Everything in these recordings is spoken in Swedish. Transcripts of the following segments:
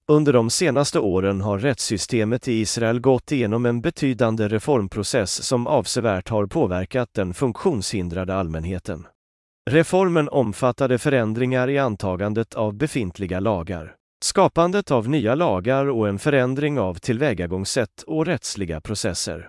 Under de senaste åren har rättssystemet i Israel gått igenom en betydande reformprocess som avsevärt har påverkat den funktionshindrade allmänheten. Reformen omfattade förändringar i antagandet av befintliga lagar, skapandet av nya lagar och en förändring av tillvägagångssätt och rättsliga processer.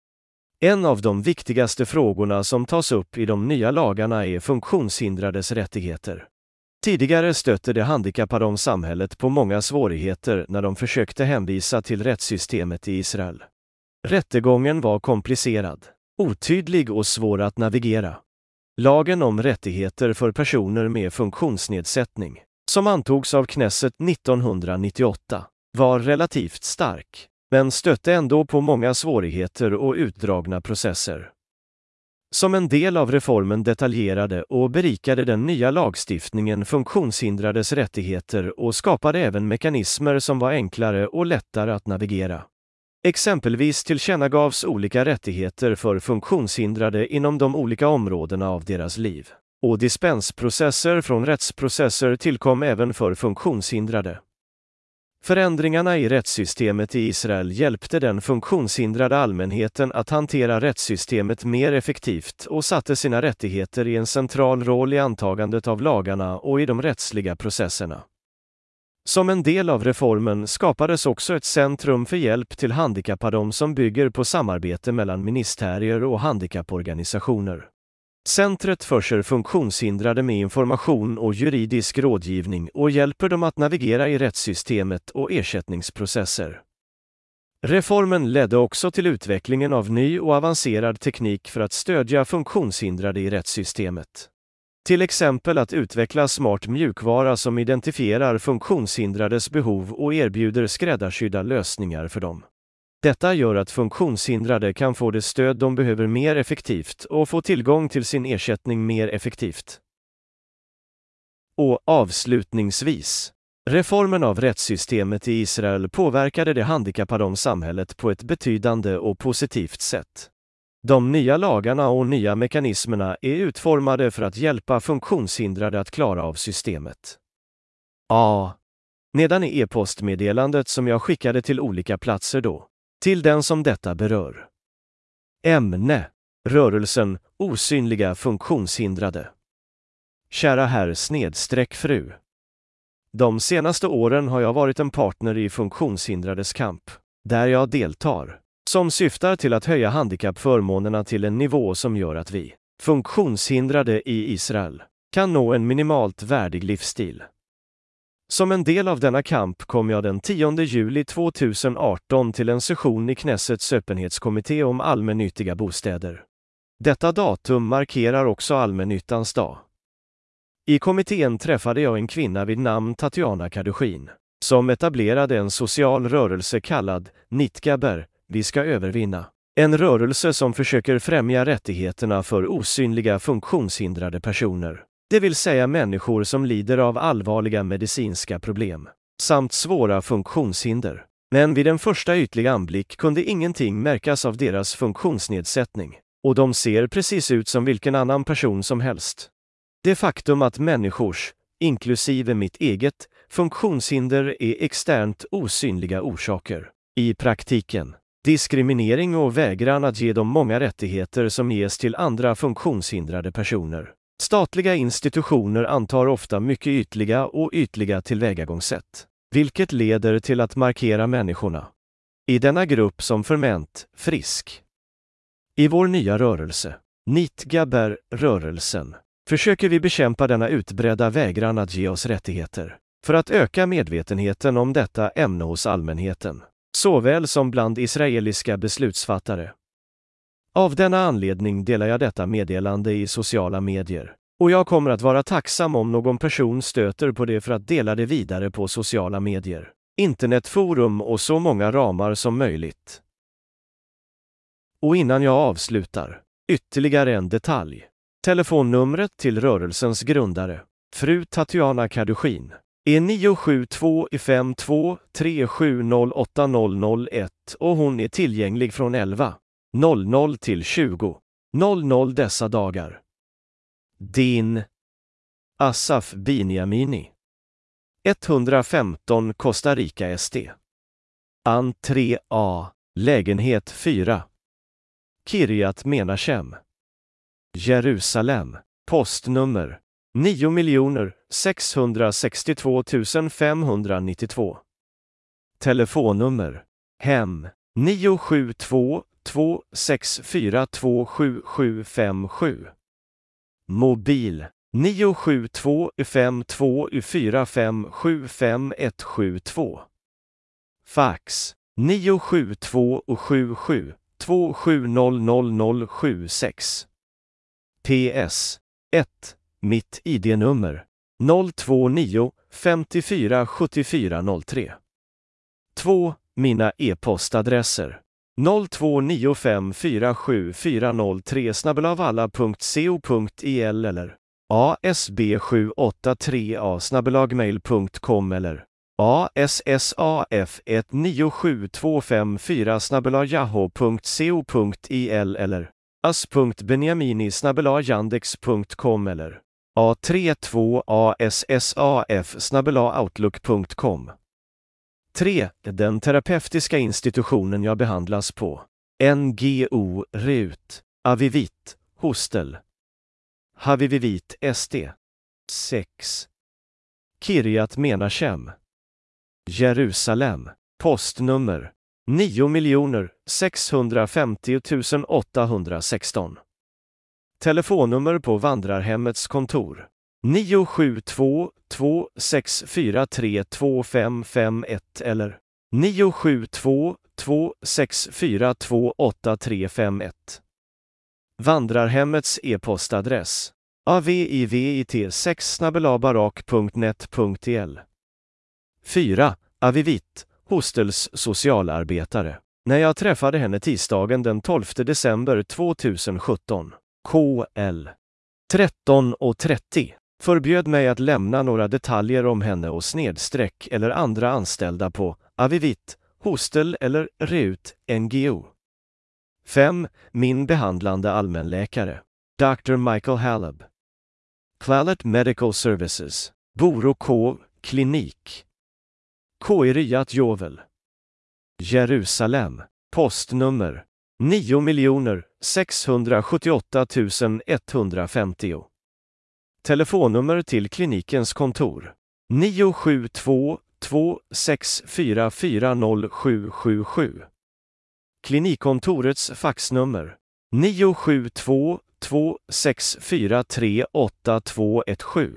En av de viktigaste frågorna som tas upp i de nya lagarna är funktionshindrades rättigheter. Tidigare stötte de handikappade om samhället på många svårigheter när de försökte hänvisa till rättssystemet i Israel. Rättegången var komplicerad, otydlig och svår att navigera. Lagen om rättigheter för personer med funktionsnedsättning, som antogs av Knesset 1998, var relativt stark, men stötte ändå på många svårigheter och utdragna processer. Som en del av reformen detaljerade och berikade den nya lagstiftningen funktionshindrades rättigheter och skapade även mekanismer som var enklare och lättare att navigera. Exempelvis tillkännagavs olika rättigheter för funktionshindrade inom de olika områdena av deras liv. Och dispensprocesser från rättsprocesser tillkom även för funktionshindrade. Förändringarna i rättssystemet i Israel hjälpte den funktionshindrade allmänheten att hantera rättssystemet mer effektivt och satte sina rättigheter i en central roll i antagandet av lagarna och i de rättsliga processerna. Som en del av reformen skapades också ett centrum för hjälp till handikappade som bygger på samarbete mellan ministerier och handikapporganisationer. Centret förser funktionshindrade med information och juridisk rådgivning och hjälper dem att navigera i rättssystemet och ersättningsprocesser. Reformen ledde också till utvecklingen av ny och avancerad teknik för att stödja funktionshindrade i rättssystemet. Till exempel att utveckla smart mjukvara som identifierar funktionshindrades behov och erbjuder skräddarsydda lösningar för dem. Detta gör att funktionshindrade kan få det stöd de behöver mer effektivt och få tillgång till sin ersättning mer effektivt. Och avslutningsvis, reformen av rättssystemet i Israel påverkade de handikappade om samhället på ett betydande och positivt sätt. De nya lagarna och nya mekanismerna är utformade för att hjälpa funktionshindrade att klara av systemet. Nedan i e-postmeddelandet som jag skickade till olika platser då. Till den som detta berör. Ämne: rörelsen osynliga funktionshindrade. Kära herr/fru. De senaste åren har jag varit en partner i funktionshindrades kamp, där jag deltar, som syftar till att höja handikappförmånerna till en nivå som gör att vi, funktionshindrade i Israel, kan nå en minimalt värdig livsstil. Som en del av denna kamp kom jag den 10 juli 2018 till en session i Knessets öppenhetskommitté om allmännyttiga bostäder. Detta datum markerar också allmännyttans dag. I kommittén träffade jag en kvinna vid namn Tatiana Kadushin, som etablerade en social rörelse kallad Nitgaber, vi ska övervinna. En rörelse som försöker främja rättigheterna för osynliga funktionshindrade personer. Det vill säga människor som lider av allvarliga medicinska problem, samt svåra funktionshinder. Men vid en första ytlig anblick kunde ingenting märkas av deras funktionsnedsättning, och de ser precis ut som vilken annan person som helst. Det faktum att människors, inklusive mitt eget, funktionshinder är externt osynliga orsaker. I praktiken, diskriminering och vägran att ge dem många rättigheter som ges till andra funktionshindrade personer. Statliga institutioner antar ofta mycket ytliga tillvägagångssätt, vilket leder till att markera människorna i denna grupp som förment frisk. I vår nya rörelse, Nitgaber-rörelsen, försöker vi bekämpa denna utbredda vägran att ge oss rättigheter, för att öka medvetenheten om detta ämne hos allmänheten, såväl som bland israeliska beslutsfattare. Av denna anledning delar jag detta meddelande i sociala medier, och jag kommer att vara tacksam om någon person stöter på det för att dela det vidare på sociala medier, internetforum och så många ramar som möjligt. Och innan jag avslutar, ytterligare en detalj. Telefonnumret till rörelsens grundare, fru Tatiana Kadushin, är 97252 3708001 och hon är tillgänglig från 11:00 till 20:00 dessa dagar. Din Asaf Biniamini. 115 Costa Rica St. An 3A, lägenhet 4. Kiryat Menachem, Jerusalem, postnummer 9 662 592. Telefonnummer hem 972 264 27757. Mobil 972 5245 75172. Fax 972 77 27000076. PS 1. Mitt ID-nummer 029 54 74 03. 2. Mina e-postadresser 0295474003@alla.co.il eller asb783a@mail.com eller assaf1972554@yahoo.co.il eller as.benjamini@yandex.com eller a32assaf@outlook.com. 3. Den terapeutiska institutionen jag behandlas på. NGO RUT, Avivit, Hostel. Havivivit ST. 6. Kiryat Menachem, Jerusalem, postnummer 9 650 816. Telefonnummer på vandrarhemmets kontor 972 2643 2551 eller 972 2642 8351. Vandrarhemmets e-postadress avivit6@barak.net.il. 4. Avivit, Hostels socialarbetare. När jag träffade henne tisdagen den 12 december 2017, KL 13:30, förbjöd mig att lämna några detaljer om henne och snedstreck eller andra anställda på Avivit, Hostel eller RUT, NGO. 5. Min behandlande allmänläkare, Dr. Michael Halab. Clalet Medical Services, Borokov, klinik. Kiryat Jovel, Jerusalem, postnummer 9 678 150. Telefonnummer till klinikens kontor 972 264 40777. Klinikkontorets faxnummer 972 2643 8217.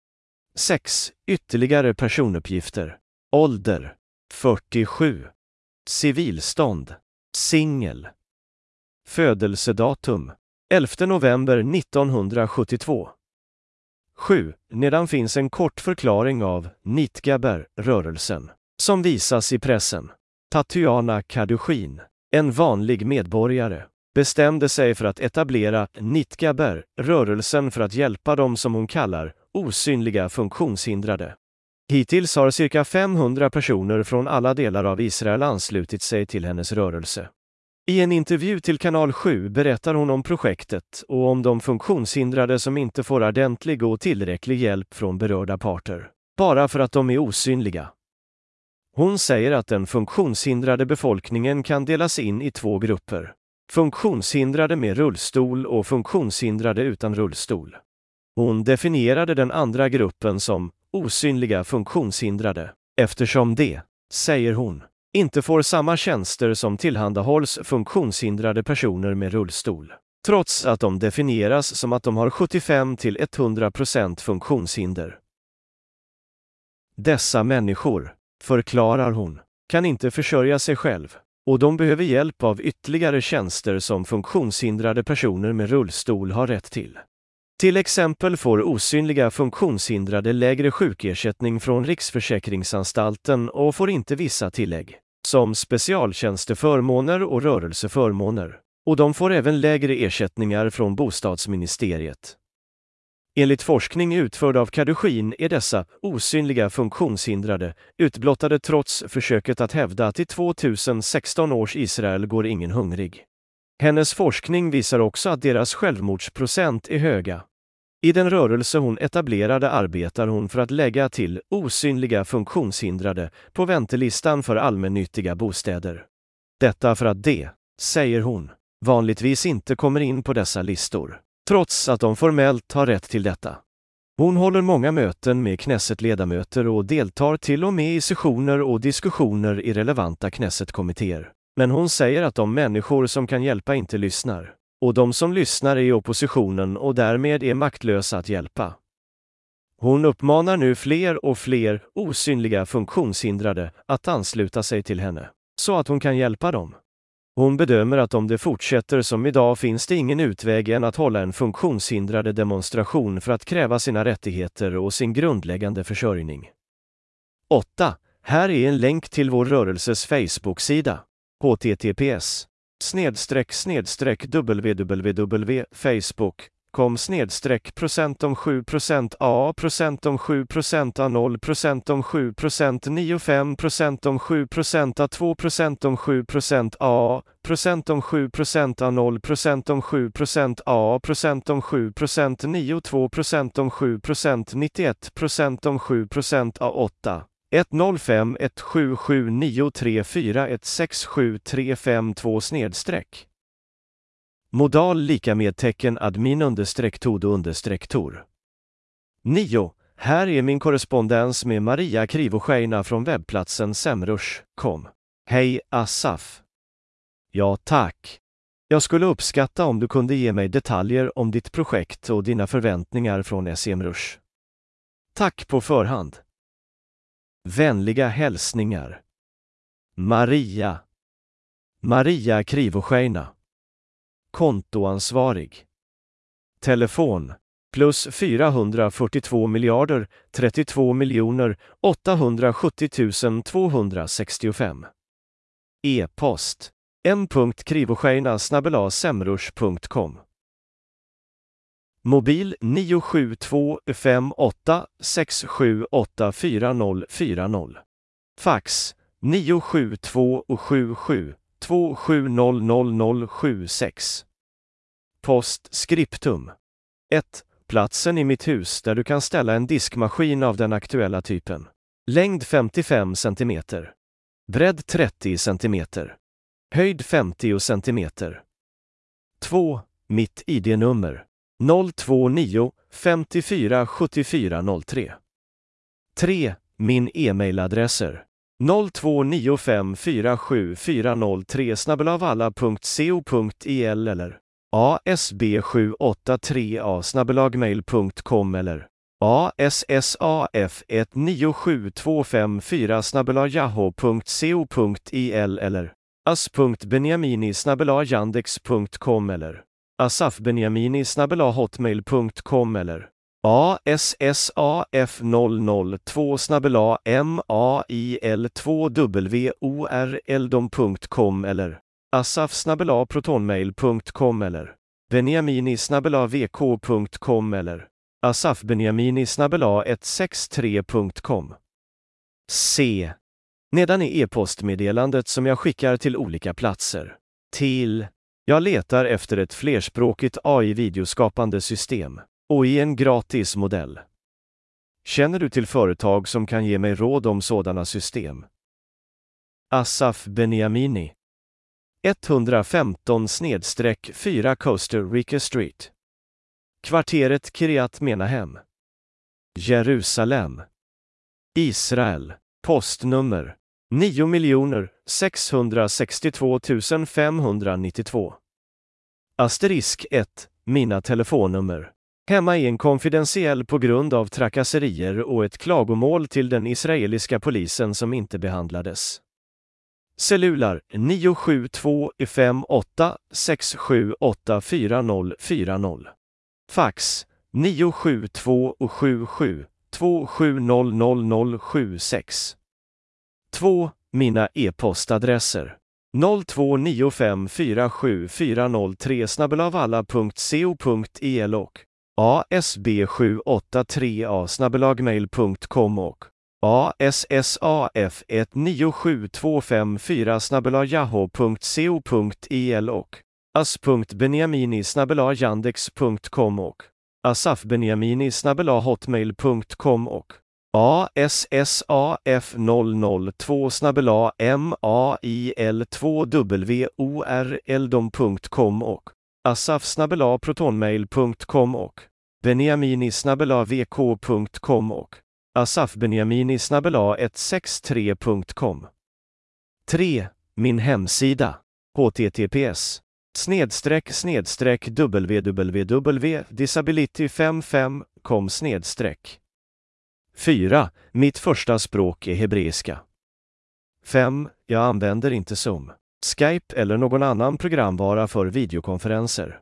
6. Ytterligare personuppgifter. Ålder 47. Civilstånd singel. Födelsedatum 11 november 1972. 7. Nedan finns en kort förklaring av Nitgaber-rörelsen som visas i pressen. Tatiana Kadushin, en vanlig medborgare, bestämde sig för att etablera Nitgaber-rörelsen för att hjälpa dem som hon kallar osynliga funktionshindrade. Hittills har cirka 500 personer från alla delar av Israel anslutit sig till hennes rörelse. I en intervju till Kanal 7 berättar hon om projektet och om de funktionshindrade som inte får ordentlig och tillräcklig hjälp från berörda parter, bara för att de är osynliga. Hon säger att den funktionshindrade befolkningen kan delas in i 2 grupper. Funktionshindrade med rullstol och funktionshindrade utan rullstol. Hon definierade den andra gruppen som osynliga funktionshindrade, eftersom de, säger hon, inte får samma tjänster som tillhandahålls funktionshindrade personer med rullstol, trots att de definieras som att de har 75-100% funktionshinder. Dessa människor, förklarar hon, kan inte försörja sig själv, och de behöver hjälp av ytterligare tjänster som funktionshindrade personer med rullstol har rätt till. Till exempel får osynliga funktionshindrade lägre sjukersättning från Riksförsäkringsanstalten och får inte vissa tillägg, som specialtjänsteförmåner och rörelseförmåner, och de får även lägre ersättningar från bostadsministeriet. Enligt forskning utförd av Kadushin är dessa osynliga funktionshindrade utblottade trots försöket att hävda att i 2016 års Israel går ingen hungrig. Hennes forskning visar också att deras självmordsprocent är höga. I den rörelse hon etablerade arbetar hon för att lägga till osynliga funktionshindrade på väntelistan för allmännyttiga bostäder. Detta för att de, säger hon, vanligtvis inte kommer in på dessa listor, trots att de formellt har rätt till detta. Hon håller många möten med Knesset-ledamöter och deltar till och med i sessioner och diskussioner i relevanta Knesset-kommittéer. Men hon säger att de människor som kan hjälpa inte lyssnar, och de som lyssnar är i oppositionen och därmed är maktlösa att hjälpa. Hon uppmanar nu fler och fler osynliga funktionshindrade att ansluta sig till henne, så att hon kan hjälpa dem. Hon bedömer att om det fortsätter som idag finns det ingen utväg än att hålla en funktionshindrade demonstration för att kräva sina rättigheter och sin grundläggande försörjning. 8. Här är en länk till vår rörelses Facebook-sida. https://www.facebook.com/% om 7% A % om 7% A 0% om 7% 95% om 7% A 2% om 7% A % om 7% A 0% om 7% A % om 7% 92% om 7% 91% om 7% A 8 105177934167352 Modal lika med tecken admin _todo_tor. 9. Här är min korrespondens med Maria Krivoscheina från webbplatsen semrush.com. Hej Asaf. Ja tack. Jag skulle uppskatta om du kunde ge mig detaljer om ditt projekt och dina förväntningar från SEMrush. Tack på förhand. Vänliga hälsningar. Maria Krivoscheina. Kontoansvarig. Telefon plus 442 miljarder 32 miljoner 870 265. E-post m.krivoscheina@semrush.com. Mobil 9725867844040. Fax 9727727000076. Postskriptum 1. Platsen i mitt hus där du kan ställa en diskmaskin av den aktuella typen. Längd 55 cm. Bredd 30 cm. Höjd 50 cm. 2. Mitt ID-nummer 029 54 74 03. 3. Min e-mailadresser 0295474003@valla.co.il eller asb783a@mail.com eller assaf1972554@yahoo.co.il eller as.benjamini@yandex.com eller asafbenjamini@hotmail.com eller assaf002@mail2worldom.com eller asaf@protonmail.com eller benjamini@vk.com eller asafbenjamini@163.com. C. Nedan är e-postmeddelandet som jag skickar till olika platser. Till. Jag letar efter ett flerspråkigt AI-videoskapande system och i en gratis modell. Känner du till företag som kan ge mig råd om sådana system? Asaf Benjamini 115/4 Costa Rica Street. Kvarteret Kiryat Menahem. Jerusalem. Israel. Postnummer 9 662 592. Asterisk 1. Mina telefonnummer. Hemma är en konfidentiell på grund av trakasserier och ett klagomål till den israeliska polisen som inte behandlades. Cellular 9725867844040. Fax 9727727000076. 2. Mina e-postadresser 0295474003@valla.co.il och asb783a@mail.com och assaf1972554@yahoo.co.il och as.benjamini@yandex.com och asafbeniamini@hotmail.com och ASSAF02mail2worldom.com och asaf@protonmail.com och beniamini@vk.com och asafbeniamini@163.com. 3. Min hemsida. https://www.disability55.com/. 4. Mitt första språk är hebreiska. 5. Jag använder inte Zoom, Skype eller någon annan programvara för videokonferenser.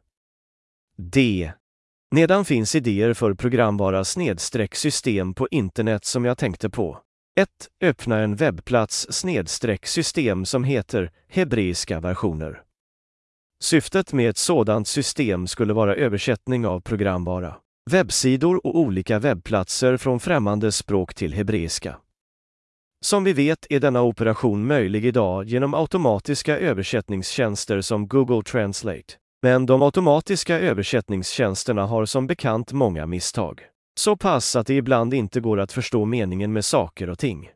D. Nedan finns idéer för programvara/system på internet som jag tänkte på. 1. Öppna en webbplats/system som heter hebreiska versioner. Syftet med ett sådant system skulle vara översättning av programvara, webbsidor och olika webbplatser från främmande språk till hebreiska. Som vi vet är denna operation möjlig idag genom automatiska översättningstjänster som Google Translate. Men de automatiska översättningstjänsterna har som bekant många misstag. Så pass att det ibland inte går att förstå meningen med saker och ting.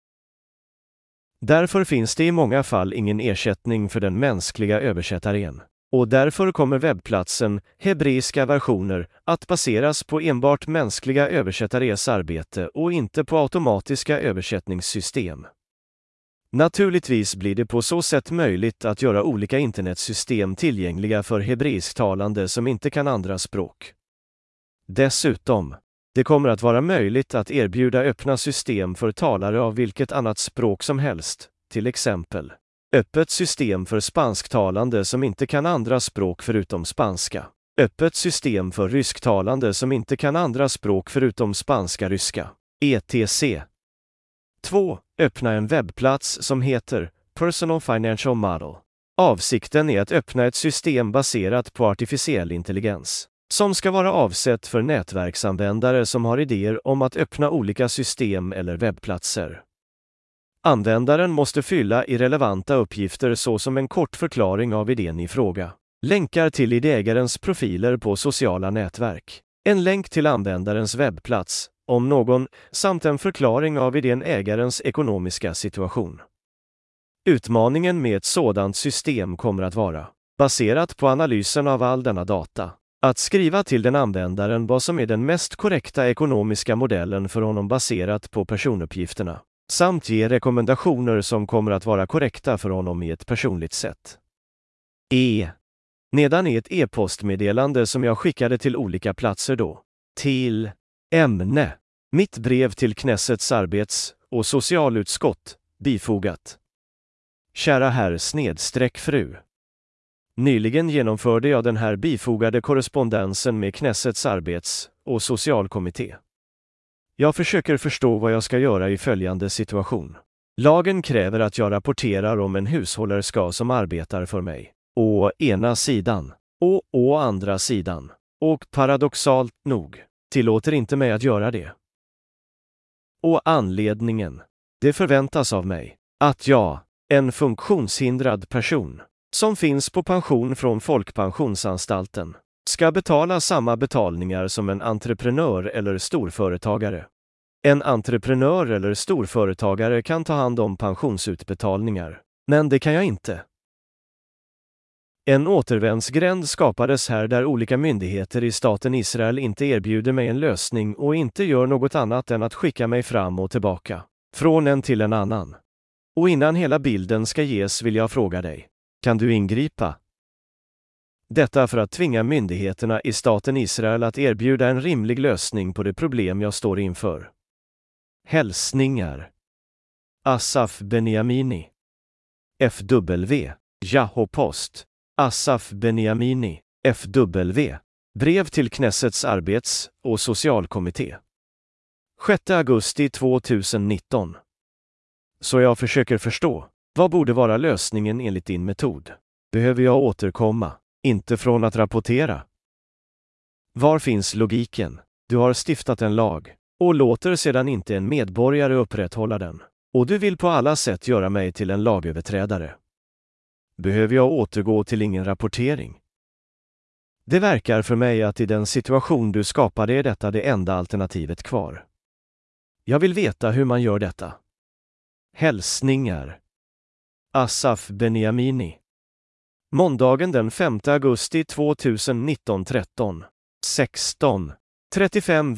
Därför finns det i många fall ingen ersättning för den mänskliga översättaren. Och därför kommer webbplatsen hebreiska versioner att baseras på enbart mänskliga översättares arbete och inte på automatiska översättningssystem. Naturligtvis blir det på så sätt möjligt att göra olika internetsystem tillgängliga för hebreisktalande som inte kan andra språk. Dessutom, det kommer att vara möjligt att erbjuda öppna system för talare av vilket annat språk som helst, till exempel öppet system för spansktalande som inte kan andra språk förutom spanska, öppet system för rysktalande som inte kan andra språk förutom spanska-ryska, etc. 2. Öppna en webbplats som heter Personal Financial Model. Avsikten är att öppna ett system baserat på artificiell intelligens, som ska vara avsett för nätverksanvändare som har idéer om att öppna olika system eller webbplatser. Användaren måste fylla i relevanta uppgifter såsom en kort förklaring av idén i fråga, länkar till idéägarens profiler på sociala nätverk, en länk till användarens webbplats, om någon, samt en förklaring av idén ägarens ekonomiska situation. Utmaningen med ett sådant system kommer att vara, baserat på analysen av all denna data, att skriva till den användaren vad som är den mest korrekta ekonomiska modellen för honom baserat på personuppgifterna, samt ge rekommendationer som kommer att vara korrekta för honom i ett personligt sätt. Nedan är ett e-postmeddelande som jag skickade till olika platser då. Till ämne. Mitt brev till Knessets arbets- och socialutskott, bifogat. Kära herr/fru. Nyligen genomförde jag den här bifogade korrespondensen med Knessets arbets- och socialkommitté. Jag försöker förstå vad jag ska göra i följande situation. Lagen kräver att jag rapporterar om en hushållerska som arbetar för mig. Å ena sidan. Och å andra sidan. Och paradoxalt nog tillåter inte mig att göra det. Och anledningen. Det förväntas av mig att jag, en funktionshindrad person, som finns på pension från Folkpensionsanstalten, ska betala samma betalningar som en entreprenör eller storföretagare. En entreprenör eller storföretagare kan ta hand om pensionsutbetalningar, men det kan jag inte. En återvändsgränd skapades här där olika myndigheter i staten Israel inte erbjuder mig en lösning och inte gör något annat än att skicka mig fram och tillbaka, från en till en annan. Och innan hela bilden ska ges vill jag fråga dig, kan du ingripa? Detta för att tvinga myndigheterna i staten Israel att erbjuda en rimlig lösning på det problem jag står inför. Hälsningar. Asaf Beniamini. FW. Yahoo Post. Asaf Beniamini. FW. Brev till Knessets arbets- och socialkommitté. 6 augusti 2019. Så jag försöker förstå, vad borde vara lösningen enligt din metod? Behöver jag återkomma, inte från att rapportera? Var finns logiken? Du har stiftat en lag och låter sedan inte en medborgare upprätthålla den. Och du vill på alla sätt göra mig till en lagöverträdare. Behöver jag återgå till ingen rapportering? Det verkar för mig att i den situation du skapade är detta det enda alternativet kvar. Jag vill veta hur man gör detta. Hälsningar. Asaf Beniamini. Måndagen den 5 augusti 2019 13:35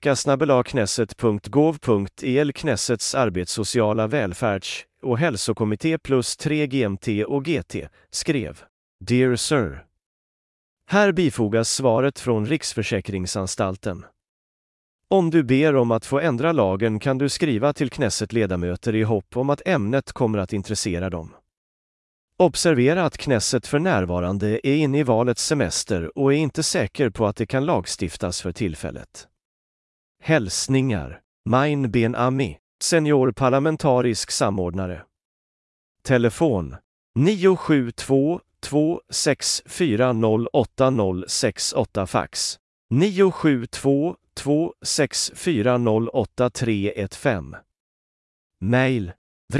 vrevaka@knesset.gov.el Knessets arbetssociala välfärds- och hälsokommitté plus 3 GMT och GT skrev: Dear Sir. Här bifogas svaret från Riksförsäkringsanstalten. Om du ber om att få ändra lagen kan du skriva till Knesset-ledamöter i hopp om att ämnet kommer att intressera dem. Observera att Knesset för närvarande är inne i valets semester och är inte säker på att det kan lagstiftas för tillfället. Hälsningar. Main Ben Ami, senior parlamentarisk samordnare. Telefon 972 2640808 fax 972 2640815. Mail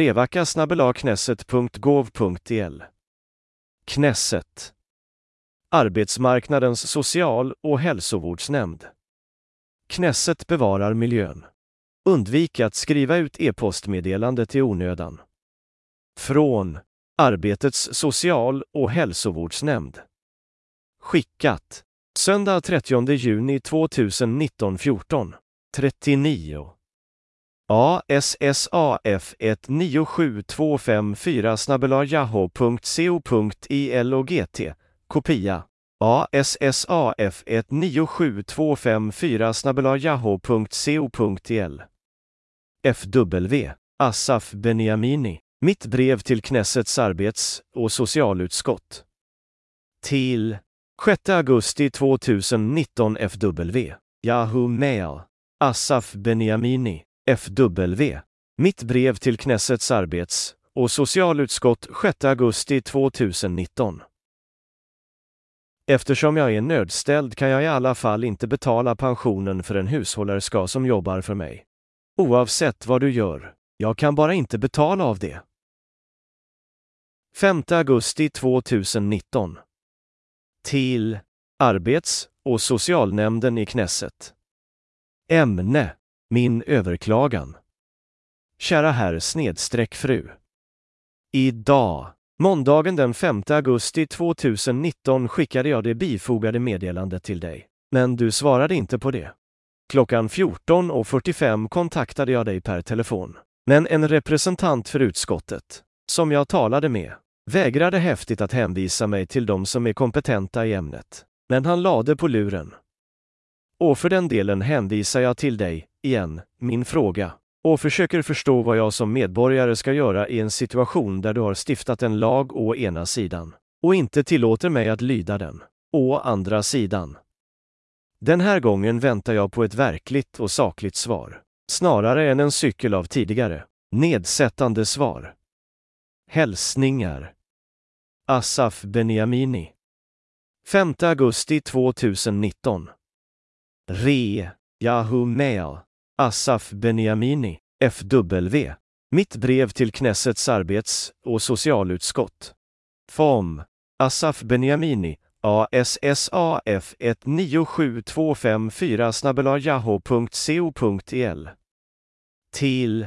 vrevaka@knesset.gov.el. Knesset. Arbetsmarknadens social- och hälsovårdsnämnd. Knesset bevarar miljön. Undvik att skriva ut e-postmeddelandet i onödan. Från Arbetets social- och hälsovårdsnämnd. Skickat söndag 30 juni 2019 14:39. ASSAF197254 och GT. Kopia. ASSAF197254 FW. Asaf Beniamini. Mitt brev till Knessets arbets- och socialutskott. Till 6 augusti 2019 FW. Yahoo Mail. Asaf Beniamini. FW. Mitt brev till Knessets arbets- och socialutskott 6 augusti 2019. Eftersom jag är nödställd kan jag i alla fall inte betala pensionen för en hushållerska som jobbar för mig. Oavsett vad du gör, jag kan bara inte betala av det. 5 augusti 2019. Till Arbets- och socialnämnden i Knesset. Ämne: min överklagan. Kära herr fru. Idag, måndagen den 5 augusti 2019 skickade jag det bifogade meddelandet till dig. Men du svarade inte på det. Klockan 14:45 kontaktade jag dig per telefon. Men en representant för utskottet, som jag talade med, vägrade häftigt att hänvisa mig till de som är kompetenta i ämnet. Men han lade på luren. Och för den delen hänvisar jag till dig, igen, min fråga. Och försöker förstå vad jag som medborgare ska göra i en situation där du har stiftat en lag å ena sidan och inte tillåter mig att lyda den, å andra sidan. Den här gången väntar jag på ett verkligt och sakligt svar, snarare än en cykel av tidigare, nedsättande svar. Hälsningar. Asaf Beniamini. 5 augusti 2019. Yahoo Mail. Asaf Beniamini, FW. Mitt brev till Knessets arbets- och socialutskott. FOM. Asaf Beniamini, ASSAF197254 Till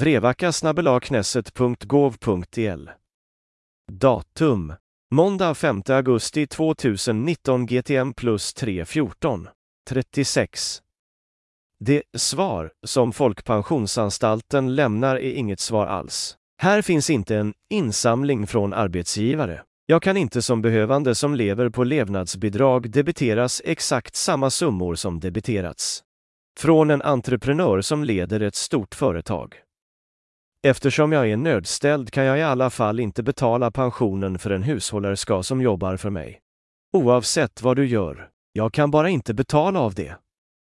vrevaka@knesset.gov.el. Datum: måndag 5 augusti 2019 GTM plus 3:14:36. Det svar som Folkpensionsanstalten lämnar är inget svar alls. Här finns inte en insamling från arbetsgivare. Jag kan inte som behövande som lever på levnadsbidrag debiteras exakt samma summor som debiterats från en entreprenör som leder ett stort företag. Eftersom jag är nödställd kan jag i alla fall inte betala pensionen för en hushållerska som jobbar för mig. Oavsett vad du gör, jag kan bara inte betala av det.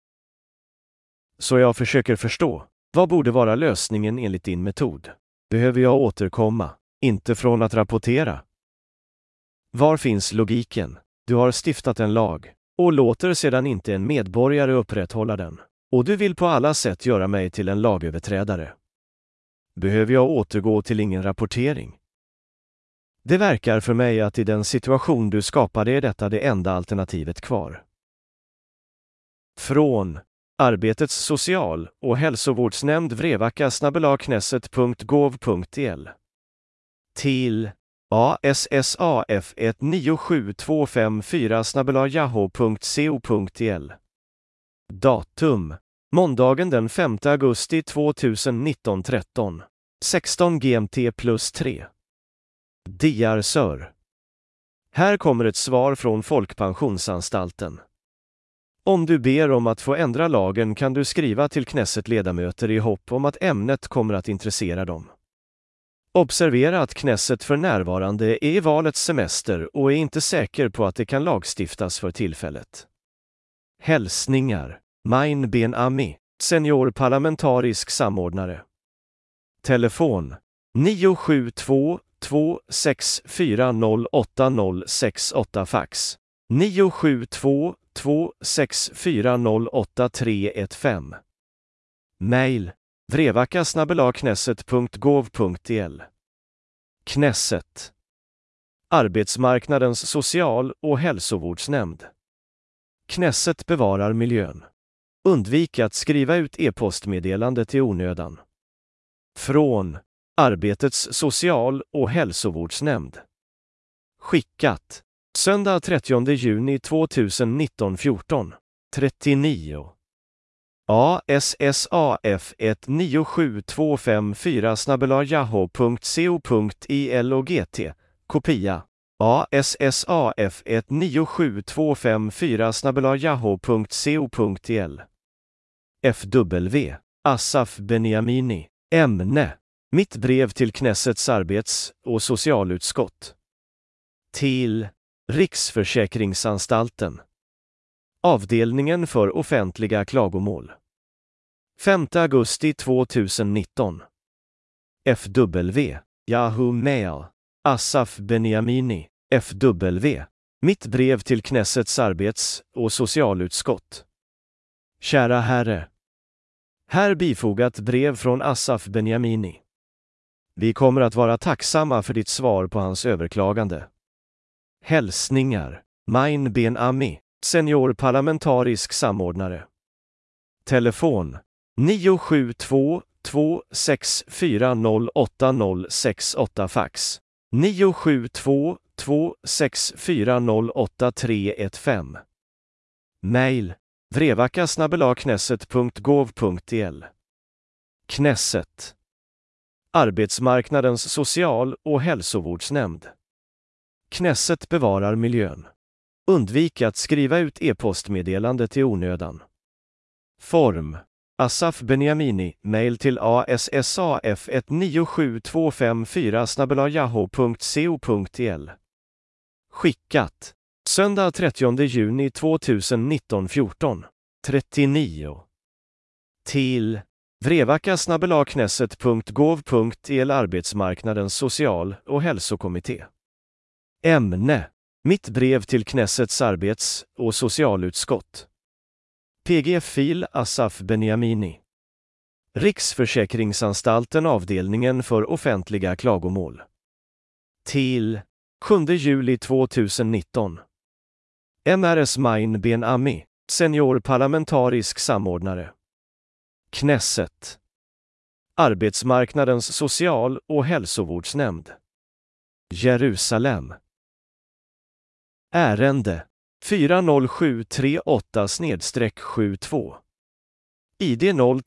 Så jag försöker förstå, vad borde vara lösningen enligt din metod? Behöver jag återkomma, inte från att rapportera? Var finns logiken? Du har stiftat en lag och låter sedan inte en medborgare upprätthålla den. Och du vill på alla sätt göra mig till en lagöverträdare. Behöver jag återgå till ingen rapportering? Det verkar för mig att i den situation du skapade är detta det enda alternativet kvar. Från Arbetets social- och hälsovårdsnämnd vrevacka@knesset.gov.il till ASSAF197254@yahoo.co.il. Datum måndagen den 5 augusti 2019 13. 16 GMT plus 3. Diyar Sör. Här kommer ett svar från Folkpensionsanstalten. Om du ber om att få ändra lagen kan du skriva till Knesset-ledamöter i hopp om att ämnet kommer att intressera dem. Observera att Knesset för närvarande är i valets semester och är inte säker på att det kan lagstiftas för tillfället. Hälsningar, Mein Ben Ami, senior parlamentarisk samordnare. Telefon 972-26408068 fax 972-26408315. Mail vrevacka@knesset.gov.il. Knesset. Arbetsmarknadens social- och hälsovårdsnämnd. Knesset bevarar miljön. Undvik att skriva ut e-postmeddelandet i onödan. Från Arbetets social- och hälsovårdsnämnd. Skickat söndag 30 juni 2019 14. 39. ASSAF197254@yahoo.co.il och GT. Kopia. ASSAF197254@yahoo.co.il. FW. Asaf Beniamini. Ämne. Mitt brev till Knessets arbets- och socialutskott. Till Riksförsäkringsanstalten. Avdelningen för offentliga klagomål. 5 augusti 2019. FW. Yahoo Mail. Asaf Beniamini. FW. Mitt brev till Knessets arbets- och socialutskott. Kära Herre. Här bifogat brev från Asaf Beniamini. Vi kommer att vara tacksamma för ditt svar på hans överklagande. Hälsningar, Mein Ben Ami, senior parlamentarisk samordnare. Telefon 972-26408068 fax 972-26408315. Mail vrevacka@knesset.gov.il. Knesset. Arbetsmarknadens social- och hälsovårdsnämnd. Knesset bevarar miljön. Undvik att skriva ut e-postmeddelandet i onödan. Form Asaf Beniamini, mail till ASSAF197254@yahoo.co.il. Skickat söndag 30 juni 2019 14. 39. Till vrevacka@knesset.gov.il Arbetsmarknadens social- och hälsokommitté. Ämne. Mitt brev till Knessets arbets- och socialutskott. PGF-fil Asaf Beniamini. Riksförsäkringsanstalten avdelningen för offentliga klagomål. Till 7 juli 2019. MRS Mein Ben Ami, senior parlamentarisk samordnare. Knesset. Arbetsmarknadens social- och hälsovårdsnämnd. Jerusalem. Ärende 40738/72. ID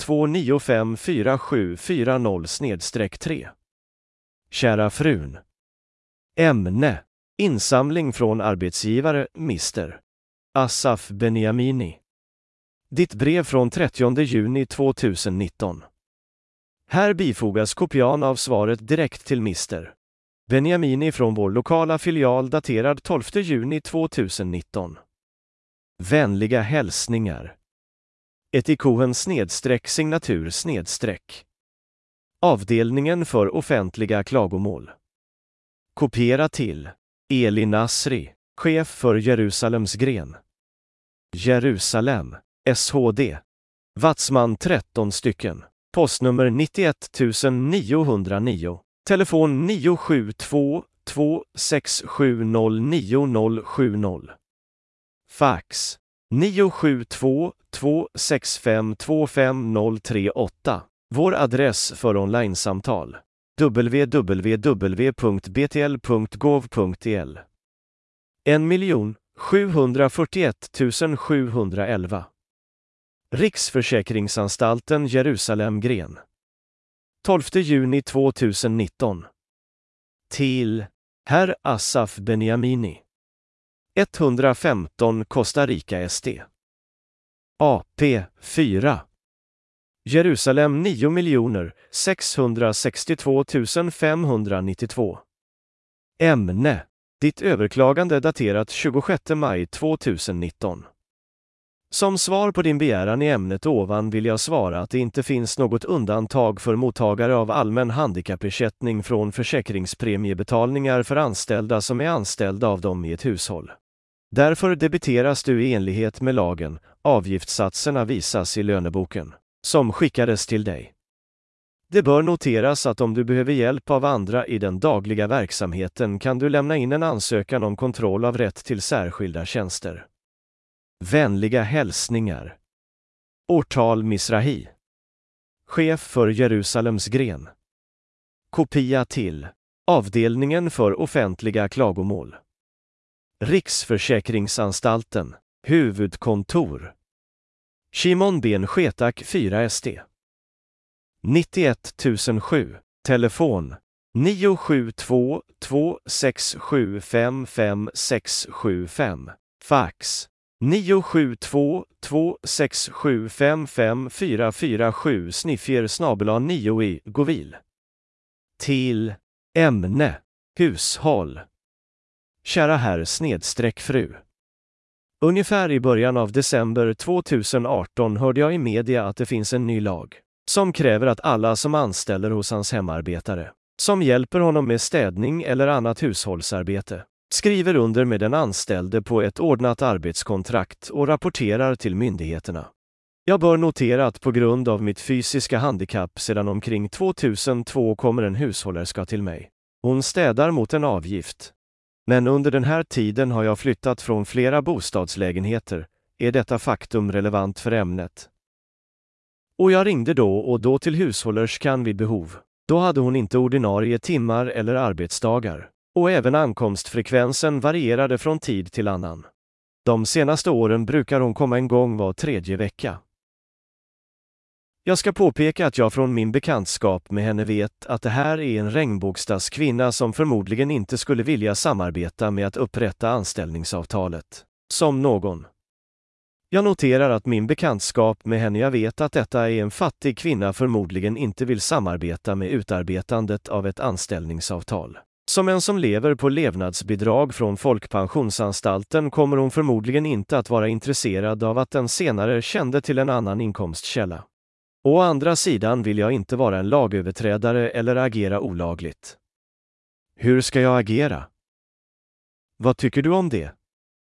02954740/3. Kära frun. Ämne. Insamling från arbetsgivare, Mr. Asaf Beniamini. Ditt brev från 30 juni 2019. Här bifogas kopian av svaret direkt till Mr. Beniamini från vår lokala filial daterad 12 juni 2019. Vänliga hälsningar. Etikohen /signatur/. Avdelningen för offentliga klagomål. Kopiera till Eli Nasri, chef för Jerusalems gren. Jerusalem, SHD. Watzman 13 stycken. Postnummer 91 909. Telefon 2670970. Fax 972-265-25038. Vår adress för onlinesamtal: www.btl.gov.el. 1 741 711. Riksförsäkringsanstalten Jerusalem-Gren. 12 juni 2019. Till Herr Asaf Beniamini. 115 Costa Rica SD. AP 4. Jerusalem 9 662 592. Ämne: ditt överklagande daterat 26 maj 2019. Som svar på din begäran i ämnet ovan vill jag svara att det inte finns något undantag för mottagare av allmän handikappersättning från försäkringspremiebetalningar för anställda som är anställda av dem i ett hushåll. Därför debiteras du i enlighet med lagen. Avgiftssatserna visas i löneboken som skickades till dig. Det bör noteras att om du behöver hjälp av andra i den dagliga verksamheten kan du lämna in en ansökan om kontroll av rätt till särskilda tjänster. Vänliga hälsningar. Årtal Misrahi. Chef för Jerusalems gren. Kopia till avdelningen för offentliga klagomål. Riksförsäkringsanstalten. Huvudkontor. Shimon Ben Shetak 4 SD. 91 007. Telefon 972 267 55675. Fax 972 267 55447 sniffier @9 i Govil. Till ämne hushåll. Kära herr /fru. Ungefär i början av december 2018 hörde jag i media att det finns en ny lag som kräver att alla som anställer hos hans hemarbetare, som hjälper honom med städning eller annat hushållsarbete, skriver under med den anställde på ett ordnat arbetskontrakt och rapporterar till myndigheterna. Jag bör notera att på grund av mitt fysiska handikapp sedan omkring 2002 kommer en hushållerska till mig. Hon städar mot en avgift. Men under den här tiden har jag flyttat från flera bostadslägenheter. Är detta faktum relevant för ämnet? Och jag ringde då och då till hushållerskan vid behov. Då hade hon inte ordinarie timmar eller arbetsdagar. Och även ankomstfrekvensen varierade från tid till annan. De senaste åren brukar hon komma en gång var 3:e vecka. Jag ska påpeka att jag från min bekantskap med henne vet att det här är en regnbågstadskvinna som förmodligen inte skulle vilja samarbeta med att upprätta anställningsavtalet. Som någon. Jag noterar att min bekantskap med henne, jag vet att detta är en fattig kvinna, förmodligen inte vill samarbeta med utarbetandet av ett anställningsavtal. Som en som lever på levnadsbidrag från Folkpensionsanstalten kommer hon förmodligen inte att vara intresserad av att den senare kände till en annan inkomstkälla. Å andra sidan vill jag inte vara en lagöverträdare eller agera olagligt. Hur ska jag agera? Vad tycker du om det?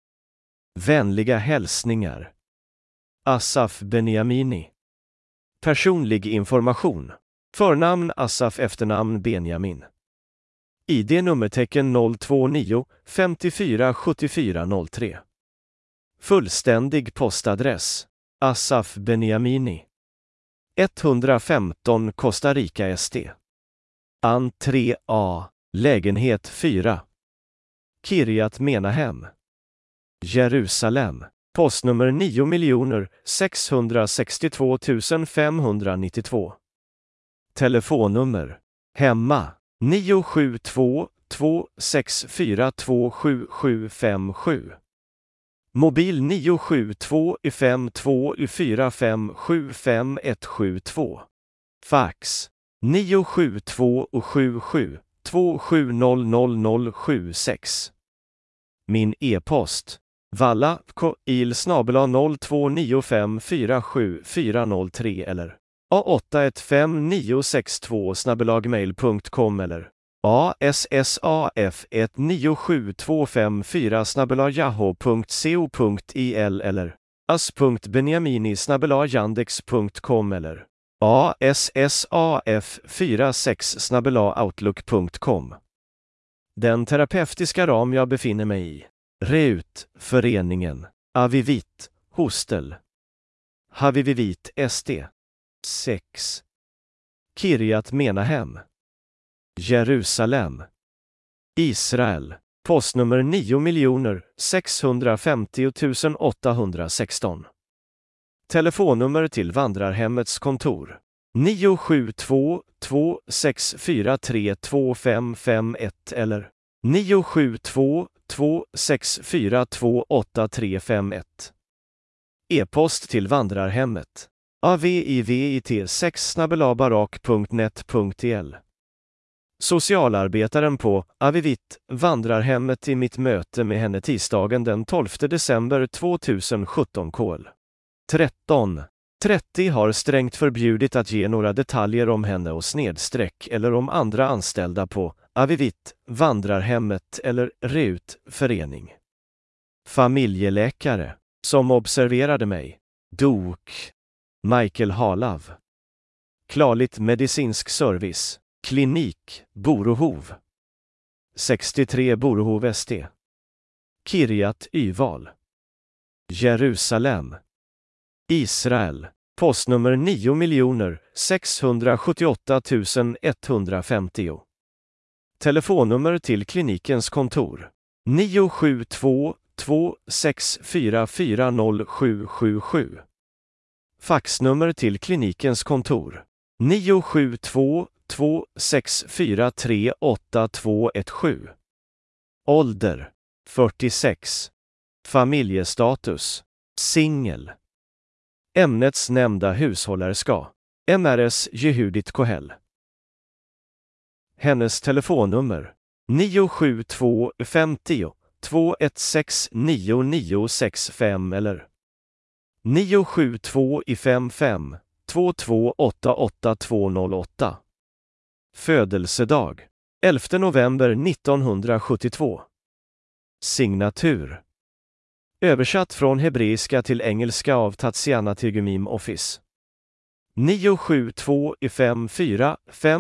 Vänliga hälsningar. Asaf Beniamini. Personlig information. Förnamn Asaf, efternamn Benjamin. ID-nummertecken 029 54 74 03. Fullständig postadress. Asaf Beniamini. 115 Costa Rica SD. Entré A. Lägenhet 4. Kiryat Menahem. Jerusalem. Postnummer 9 662 592. Telefonnummer. Hemma. 972 264 27757. Mobil 972 52 45 75172. Fax 972 77 2700076. Min e-post valla@029547403 eller a815962@gmail.com eller assaf1972554@yahoo.co.il eller as.benjamini@yandex.com eller assaf46@outlook.com. Den terapeutiska ram jag befinner mig i. Reut, föreningen. Avivit, hostel. Havivivit SD. 6. Kiryat Menahem. Jerusalem. Israel. Postnummer 9 650 816. Telefonnummer till vandrarhemmets kontor. 972 2643 2551 eller 972 2642 8351. E-post till vandrarhemmet. avivit6@barak.net.el. Socialarbetaren på Avivit, vandrarhemmet i mitt möte med henne tisdagen den 12 december 2017 kl. 13:30 har strängt förbjudit att ge några detaljer om henne och snedstreck eller om andra anställda på Avivit, vandrarhemmet eller Reut, förening. Familjeläkare, som observerade mig. Dok. Michael Halav. Klarligt medicinsk service. Klinik, Borohov. 63 Borohov SD. Kiryat Yval. Jerusalem. Israel. Postnummer 9 678 150. Telefonnummer till klinikens kontor. 972 2644 0777. Faxnummer till klinikens kontor. 972 2643 8217. Ålder. 46. Familjestatus. Singel. Ämnets nämnda hushållerska. MRS Jehudit Kohel. Hennes telefonnummer. 972 50 216 9965 eller 972 55 2288 208. Födelsedag. 11 november 1972. Signatur. Översatt från hebreiska till engelska av Tatsiana Tigumim Office. 972 54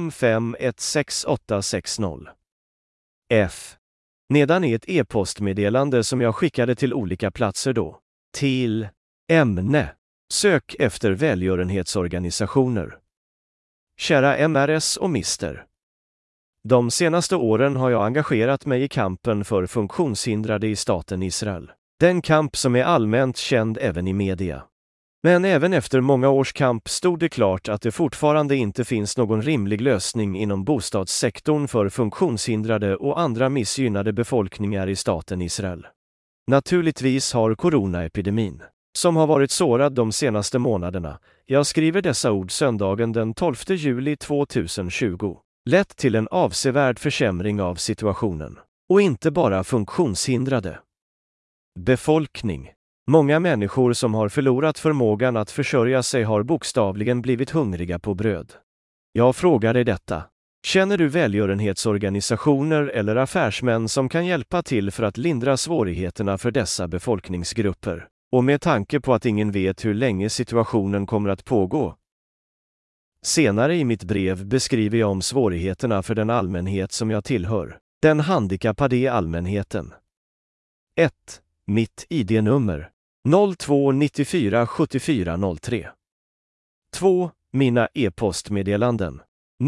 5516 F. Nedan är ett e-postmeddelande som jag skickade till olika platser då. Till ämne. Sök efter välgörenhetsorganisationer. Kära MRS och Mr. De senaste åren har jag engagerat mig i kampen för funktionshindrade i staten Israel. Den kamp som är allmänt känd även i media. Men även efter många års kamp stod det klart att det fortfarande inte finns någon rimlig lösning inom bostadssektorn för funktionshindrade och andra missgynnade befolkningar i staten Israel. Naturligtvis har coronaepidemin, som har varit sårad de senaste månaderna, jag skriver dessa ord söndagen den 12 juli 2020, lett till en avsevärd försämring av situationen. Och inte bara funktionshindrade. Befolkning. Många människor som har förlorat förmågan att försörja sig har bokstavligen blivit hungriga på bröd. Jag frågar dig detta. Känner du välgörenhetsorganisationer eller affärsmän som kan hjälpa till för att lindra svårigheterna för dessa befolkningsgrupper? Och med tanke på att ingen vet hur länge situationen kommer att pågå. Senare i mitt brev beskriver jag om svårigheterna för den allmänhet som jag tillhör, den handikappade allmänheten. 1. Mitt ID-nummer 0294 7403. 2. Mina e-postmeddelanden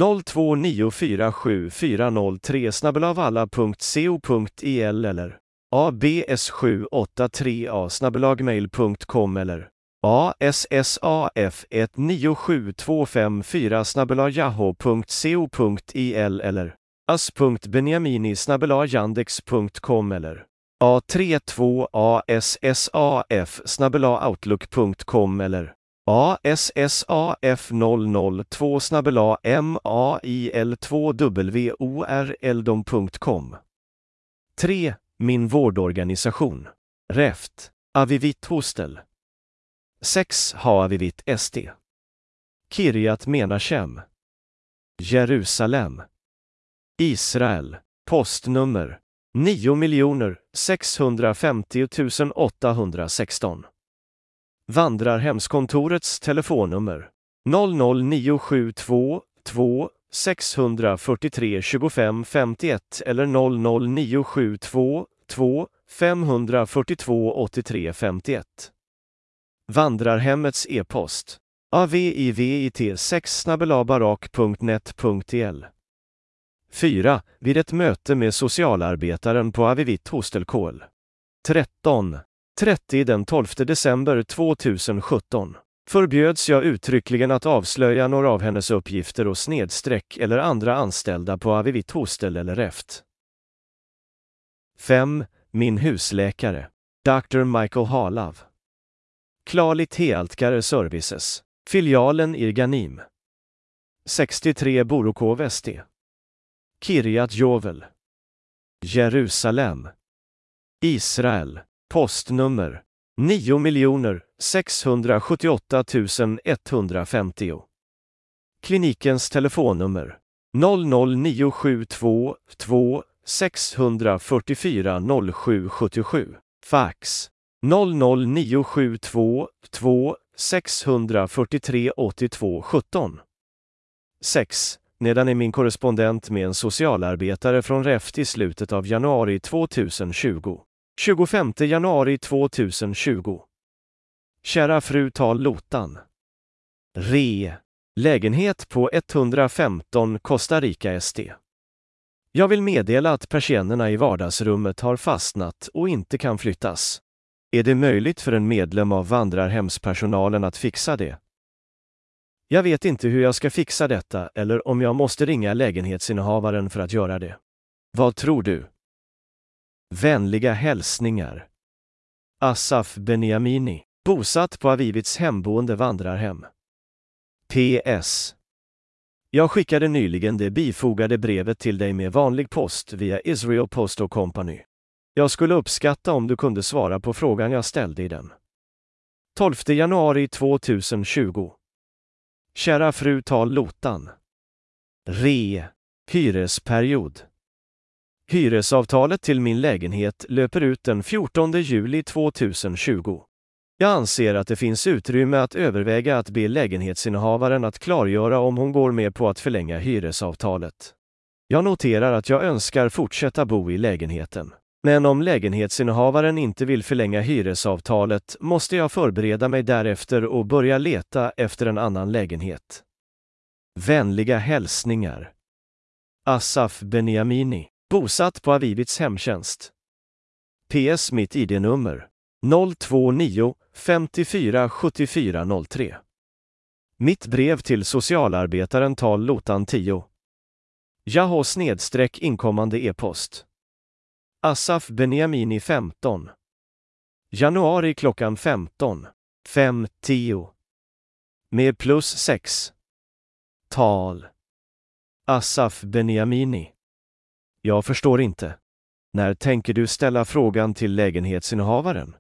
02947403@alla.co.il eller abs783a@mail.com eller assaf197254@yahoo.co.il eller as.benjamini@yandex.com eller a32assaf@outlook.com eller assaf002/mail2worldom.com. 3. Min vårdorganisation. Reft. Avivit Hostel. 6. Avivit SD. Kiryat Menahem. Jerusalem. Israel. Postnummer 9 650 816. Vandrarhemskontorets telefonnummer 00972 2 643 25 51 eller 00972 2 542 83 51. Vandrarhemmets e-post avivit6@barak.net.el. 4. Vid ett möte med socialarbetaren på Avivit Hostelkål. 13:30 den 12 december 2017. Förbjöds jag uttryckligen att avslöja några av hennes uppgifter och snedstreck eller andra anställda på Avivit Hostel eller Reft. 5. Min husläkare. Dr. Michael Halav. Klalit Healthcare Services. Filialen Irganim. 63 Borokov St. Kiryat Jovel. Jerusalem. Israel. Postnummer 9 678 150. Klinikens telefonnummer 00972 2 644 0777. Fax 00972 2 643 82 17. 6. Nedan är min korrespondent med en socialarbetare från Reft i slutet av januari 2020. 25 januari 2020. Kära fru Tal Lotan. Re. Lägenhet på 115 Costa Rica St. Jag vill meddela att persiennerna i vardagsrummet har fastnat och inte kan flyttas. Är det möjligt för en medlem av vandrarhemspersonalen att fixa det? Jag vet inte hur jag ska fixa detta eller om jag måste ringa lägenhetsinnehavaren för att göra det. Vad tror du? Vänliga hälsningar. Asaf Beniamini, bosatt på Avivits hemboende vandrarhem. PS. Jag skickade nyligen det bifogade brevet till dig med vanlig post via Israel Postal Company. Jag skulle uppskatta om du kunde svara på frågan jag ställde i den. 12 januari 2020. Kära fru Tal Lotan. Re. Hyresperiod. Hyresavtalet till min lägenhet löper ut den 14 juli 2020. Jag anser att det finns utrymme att överväga att be lägenhetsinnehavaren att klargöra om hon går med på att förlänga hyresavtalet. Jag noterar att jag önskar fortsätta bo i lägenheten. Men om lägenhetsinnehavaren inte vill förlänga hyresavtalet måste jag förbereda mig därefter och börja leta efter en annan lägenhet. Vänliga hälsningar. Asaf Beniamini, bosatt på Avivits hemtjänst. PS mitt ID-nummer 029 54 74 03. Mitt brev till socialarbetaren Tal Lotan 10. Yahoo/inkommande e-post. Asaf Beniamini 15. Januari klockan 15. 5:10. Med +6. Tal. Asaf Beniamini. Jag förstår inte. När tänker du ställa frågan till lägenhetsinnehavaren?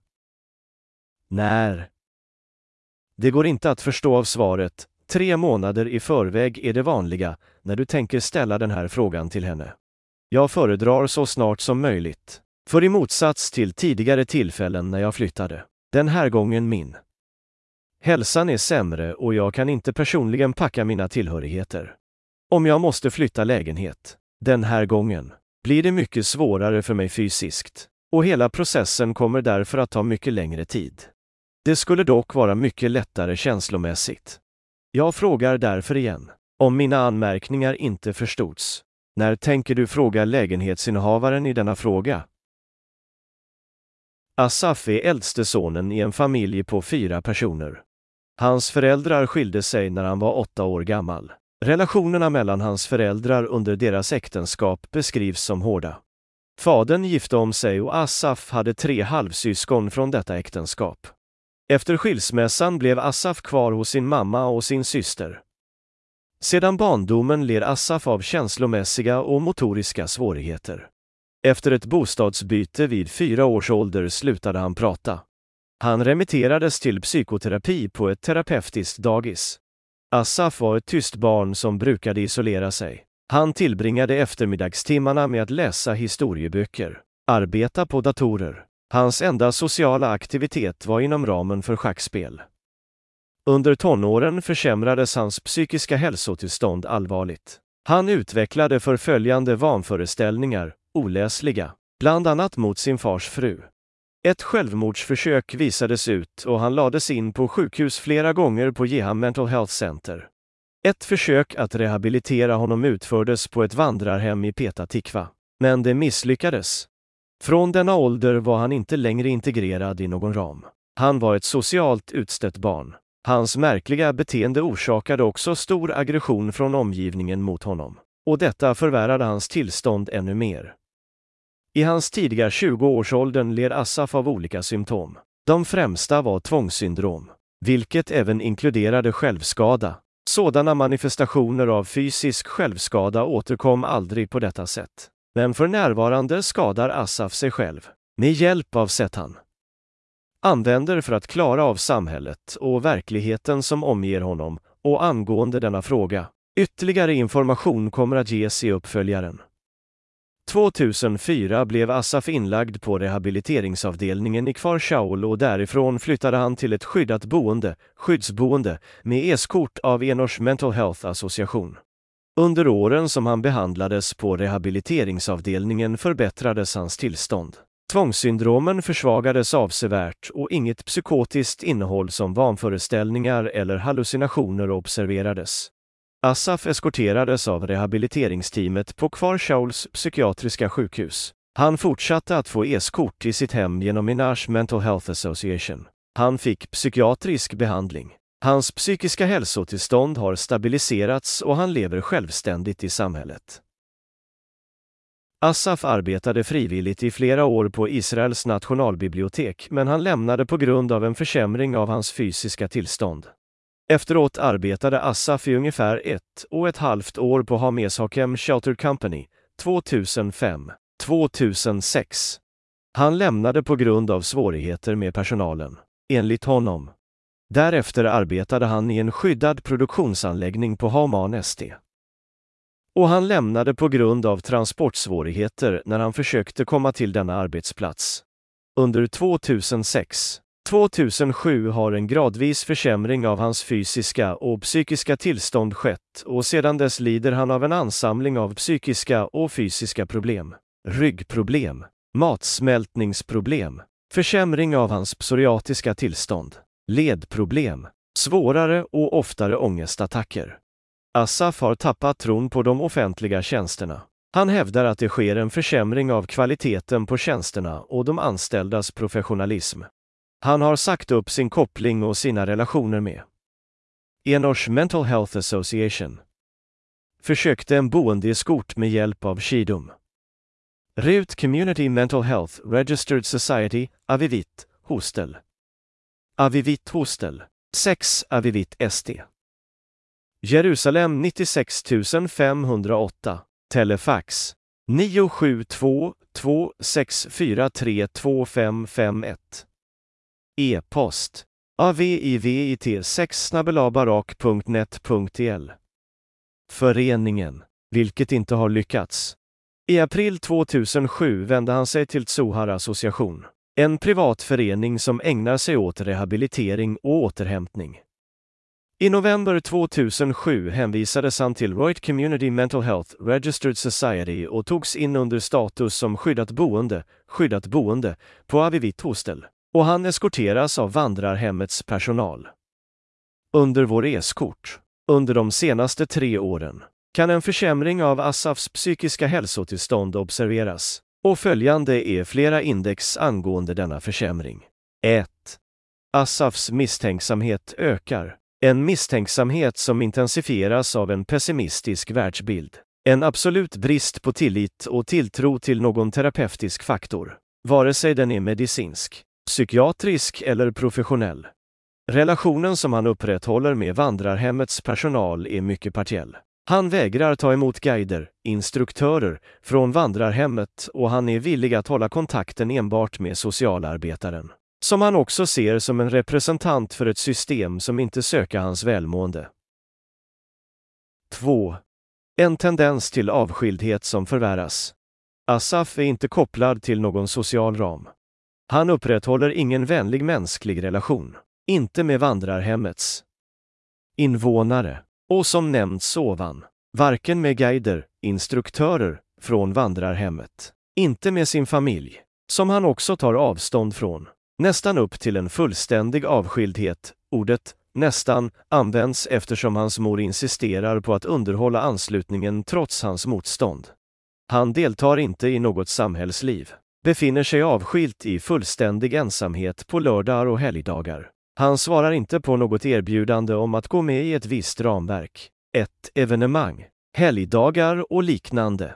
När? Det går inte att förstå av svaret. 3 månader i förväg är det vanliga när du tänker ställa den här frågan till henne. Jag föredrar så snart som möjligt. För i motsats till tidigare tillfällen när jag flyttade. Den här gången min. Hälsan är sämre och jag kan inte personligen packa mina tillhörigheter. Om jag måste flytta lägenhet. Den här gången blir det mycket svårare för mig fysiskt. Och hela processen kommer därför att ta mycket längre tid. Det skulle dock vara mycket lättare känslomässigt. Jag frågar därför igen. Om mina anmärkningar inte förstods. När tänker du fråga lägenhetsinnehavaren i denna fråga? Asaf är äldste sonen i en familj på 4 personer. Hans föräldrar skilde sig när han var 8 år gammal. Relationerna mellan hans föräldrar under deras äktenskap beskrivs som hårda. Fadern gifte om sig och Asaf hade 3 halvsyskon från detta äktenskap. Efter skilsmässan blev Asaf kvar hos sin mamma och sin syster. Sedan barndomen led Asaf av känslomässiga och motoriska svårigheter. Efter ett bostadsbyte vid 4 års ålder slutade han prata. Han remitterades till psykoterapi på ett terapeutiskt dagis. Asaf var ett tyst barn som brukade isolera sig. Han tillbringade eftermiddagstimmarna med att läsa historieböcker, arbeta på datorer. Hans enda sociala aktivitet var inom ramen för schackspel. Under tonåren försämrades hans psykiska hälsotillstånd allvarligt. Han utvecklade förföljande vanföreställningar, oläsliga, bland annat mot sin fars fru. Ett självmordsförsök visades ut och han lades in på sjukhus flera gånger på Yeham Mental Health Center. Ett försök att rehabilitera honom utfördes på ett vandrarhem i Petah Tikva, men det misslyckades. Från denna ålder var han inte längre integrerad i någon ram. Han var ett socialt utstött barn. Hans märkliga beteende orsakade också stor aggression från omgivningen mot honom, och detta förvärrade hans tillstånd ännu mer. I hans tidiga 20-årsåldern led Asaf av olika symptom. De främsta var tvångssyndrom, vilket även inkluderade självskada. Sådana manifestationer av fysisk självskada återkom aldrig på detta sätt. Men för närvarande skadar Asaf sig själv, med hjälp av sätt han använder för att klara av samhället och verkligheten som omger honom, och angående denna fråga. Ytterligare information kommer att ges i uppföljaren. 2004 blev Asaf inlagd på rehabiliteringsavdelningen i Kfar Shaul och därifrån flyttade han till ett skyddsboende, med eskort av Enosh Mental Health Association. Under åren som han behandlades på rehabiliteringsavdelningen förbättrades hans tillstånd. Tvångssyndromen försvagades avsevärt och inget psykotiskt innehåll som vanföreställningar eller hallucinationer observerades. Asaf eskorterades av rehabiliteringsteamet på Kfar Shauls psykiatriska sjukhus. Han fortsatte att få eskort i sitt hem genom Enosh Mental Health Association. Han fick psykiatrisk behandling. Hans psykiska hälsotillstånd har stabiliserats och han lever självständigt i samhället. Asaf arbetade frivilligt i flera år på Israels nationalbibliotek, men han lämnade på grund av en försämring av hans fysiska tillstånd. Efteråt arbetade Asaf i ungefär 1,5 år på Hames Hakem Shelter Company, 2005-2006. Han lämnade på grund av svårigheter med personalen, enligt honom. Därefter arbetade han i en skyddad produktionsanläggning på Haman SD. Och han lämnade på grund av transportsvårigheter när han försökte komma till denna arbetsplats. Under 2006-2007 har en gradvis försämring av hans fysiska och psykiska tillstånd skett, och sedan dess lider han av en ansamling av psykiska och fysiska problem. Ryggproblem, matsmältningsproblem, försämring av hans psoriatiska tillstånd, ledproblem, svårare och oftare ångestattacker. Asaf har tappat tron på de offentliga tjänsterna. Han hävdar att det sker en försämring av kvaliteten på tjänsterna och de anställdas professionalism. Han har sagt upp sin koppling och sina relationer med Enosh Mental Health Association. Försökte en boendeeskort med hjälp av Shidum. Reut Community Mental Health Registered Society, Avivit, Hostel. Avivit Hostel, 6 Avivit SD. Jerusalem 96 508, telefax 972 26432551. E-post avivit6@barak.net.el. Föreningen, vilket inte har lyckats. I april 2007 vände han sig till Tzohar Association, en privat förening som ägnar sig åt rehabilitering och återhämtning. I november 2007 hänvisades han till Reut Community Mental Health Registered Society och togs in under status som skyddat boende på Avivit Hostel, och han eskorteras av vandrarhemmets personal. Under vår eskort, under de senaste 3 åren, kan en försämring av Asafs psykiska hälsotillstånd observeras, och följande är flera index angående denna försämring. 1. Asafs misstänksamhet ökar. En misstänksamhet som intensifieras av en pessimistisk världsbild. En absolut brist på tillit och tilltro till någon terapeutisk faktor, vare sig den är medicinsk, psykiatrisk eller professionell. Relationen som han upprätthåller med vandrarhemmets personal är mycket partiell. Han vägrar ta emot guider, instruktörer, från vandrarhemmet, och han är villig att hålla kontakten enbart med socialarbetaren, som han också ser som en representant för ett system som inte söker hans välmående. 2. En tendens till avskildhet som förvärras. Asaf är inte kopplad till någon social ram. Han upprätthåller ingen vänlig mänsklig relation, inte med vandrarhemmets invånare, och som nämnts ovan, Varken med guider, instruktörer, från vandrarhemmet. Inte med sin familj, som han också tar avstånd från. Nästan upp till en fullständig avskildhet. Ordet nästan används eftersom hans mor insisterar på att underhålla anslutningen trots hans motstånd. Han deltar inte i något samhällsliv. Befinner sig avskilt i fullständig ensamhet på lördagar och helgdagar. Han svarar inte på något erbjudande om att gå med i ett visst ramverk, ett evenemang, helgdagar och liknande.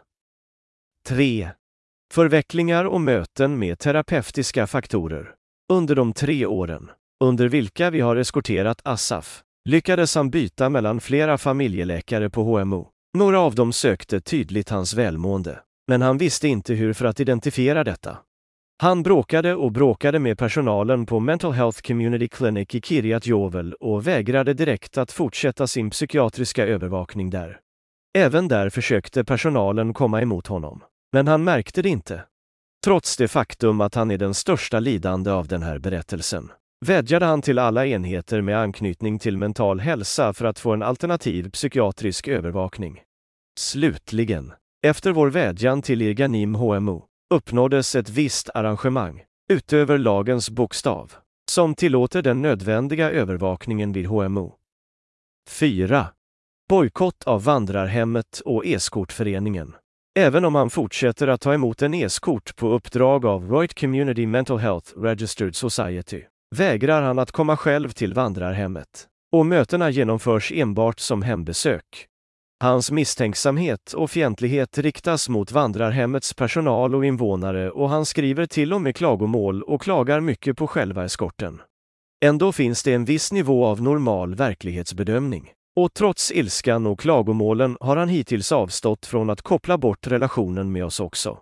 3. Förvecklingar och möten med terapeutiska faktorer. Under de 3 åren, under vilka vi har eskorterat Asaf, lyckades han byta mellan flera familjeläkare på HMO. Några av dem sökte tydligt hans välmående, men han visste inte hur för att identifiera detta. Han bråkade med personalen på Mental Health Community Clinic i Kiryat Yovel och vägrade direkt att fortsätta sin psykiatriska övervakning där. Även där försökte personalen komma emot honom, men han märkte det inte. Trots det faktum att han är den största lidande av den här berättelsen, vädjade han till alla enheter med anknytning till mental hälsa för att få en alternativ psykiatrisk övervakning. Slutligen, efter vår vädjan till Irganim HMO, uppnåddes ett visst arrangemang, utöver lagens bokstav, som tillåter den nödvändiga övervakningen vid HMO. 4. Bojkott av vandrarhemmet och eskortföreningen. Även om han fortsätter att ta emot en eskort på uppdrag av Royal Community Mental Health Registered Society, vägrar han att komma själv till vandrarhemmet, och mötena genomförs enbart som hembesök. Hans misstänksamhet och fientlighet riktas mot vandrarhemmets personal och invånare och han skriver till och med klagomål och klagar mycket på själva eskorten. Ändå finns det en viss nivå av normal verklighetsbedömning. Och trots ilskan och klagomålen har han hittills avstått från att koppla bort relationen med oss också.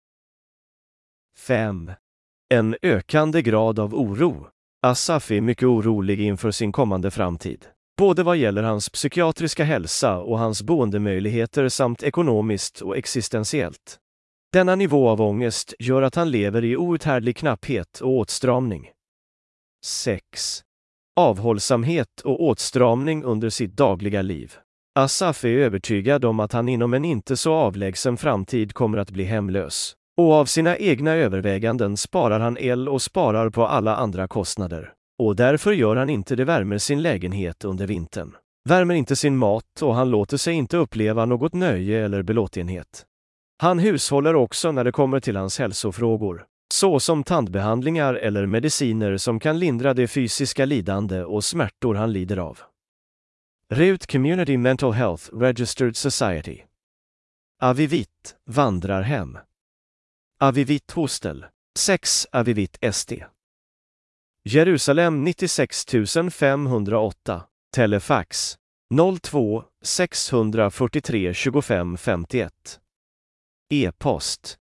5. En ökande grad av oro. Asaf är mycket orolig inför sin kommande framtid. Både vad gäller hans psykiatriska hälsa och hans boendemöjligheter samt ekonomiskt och existentiellt. Denna nivå av ångest gör att han lever i outhärdlig knapphet och åtstramning. 6. Avhållsamhet och åtstramning under sitt dagliga liv. Asaf är övertygad om att han inom en inte så avlägsen framtid kommer att bli hemlös. Och av sina egna överväganden sparar han el och sparar på alla andra kostnader. Och därför gör han inte det, värmer sin lägenhet under vintern. Värmer inte sin mat och han låter sig inte uppleva något nöje eller belåtenhet. Han hushåller också när det kommer till hans hälsofrågor, så som tandbehandlingar eller mediciner som kan lindra det fysiska lidande och smärtor han lider av. Reut Community Mental Health Registered Society. Avivit, vandrarhem. Avivit Hostel, 6 Avivit ST. Jerusalem 96 508, telefax 02 643 25 51. E-post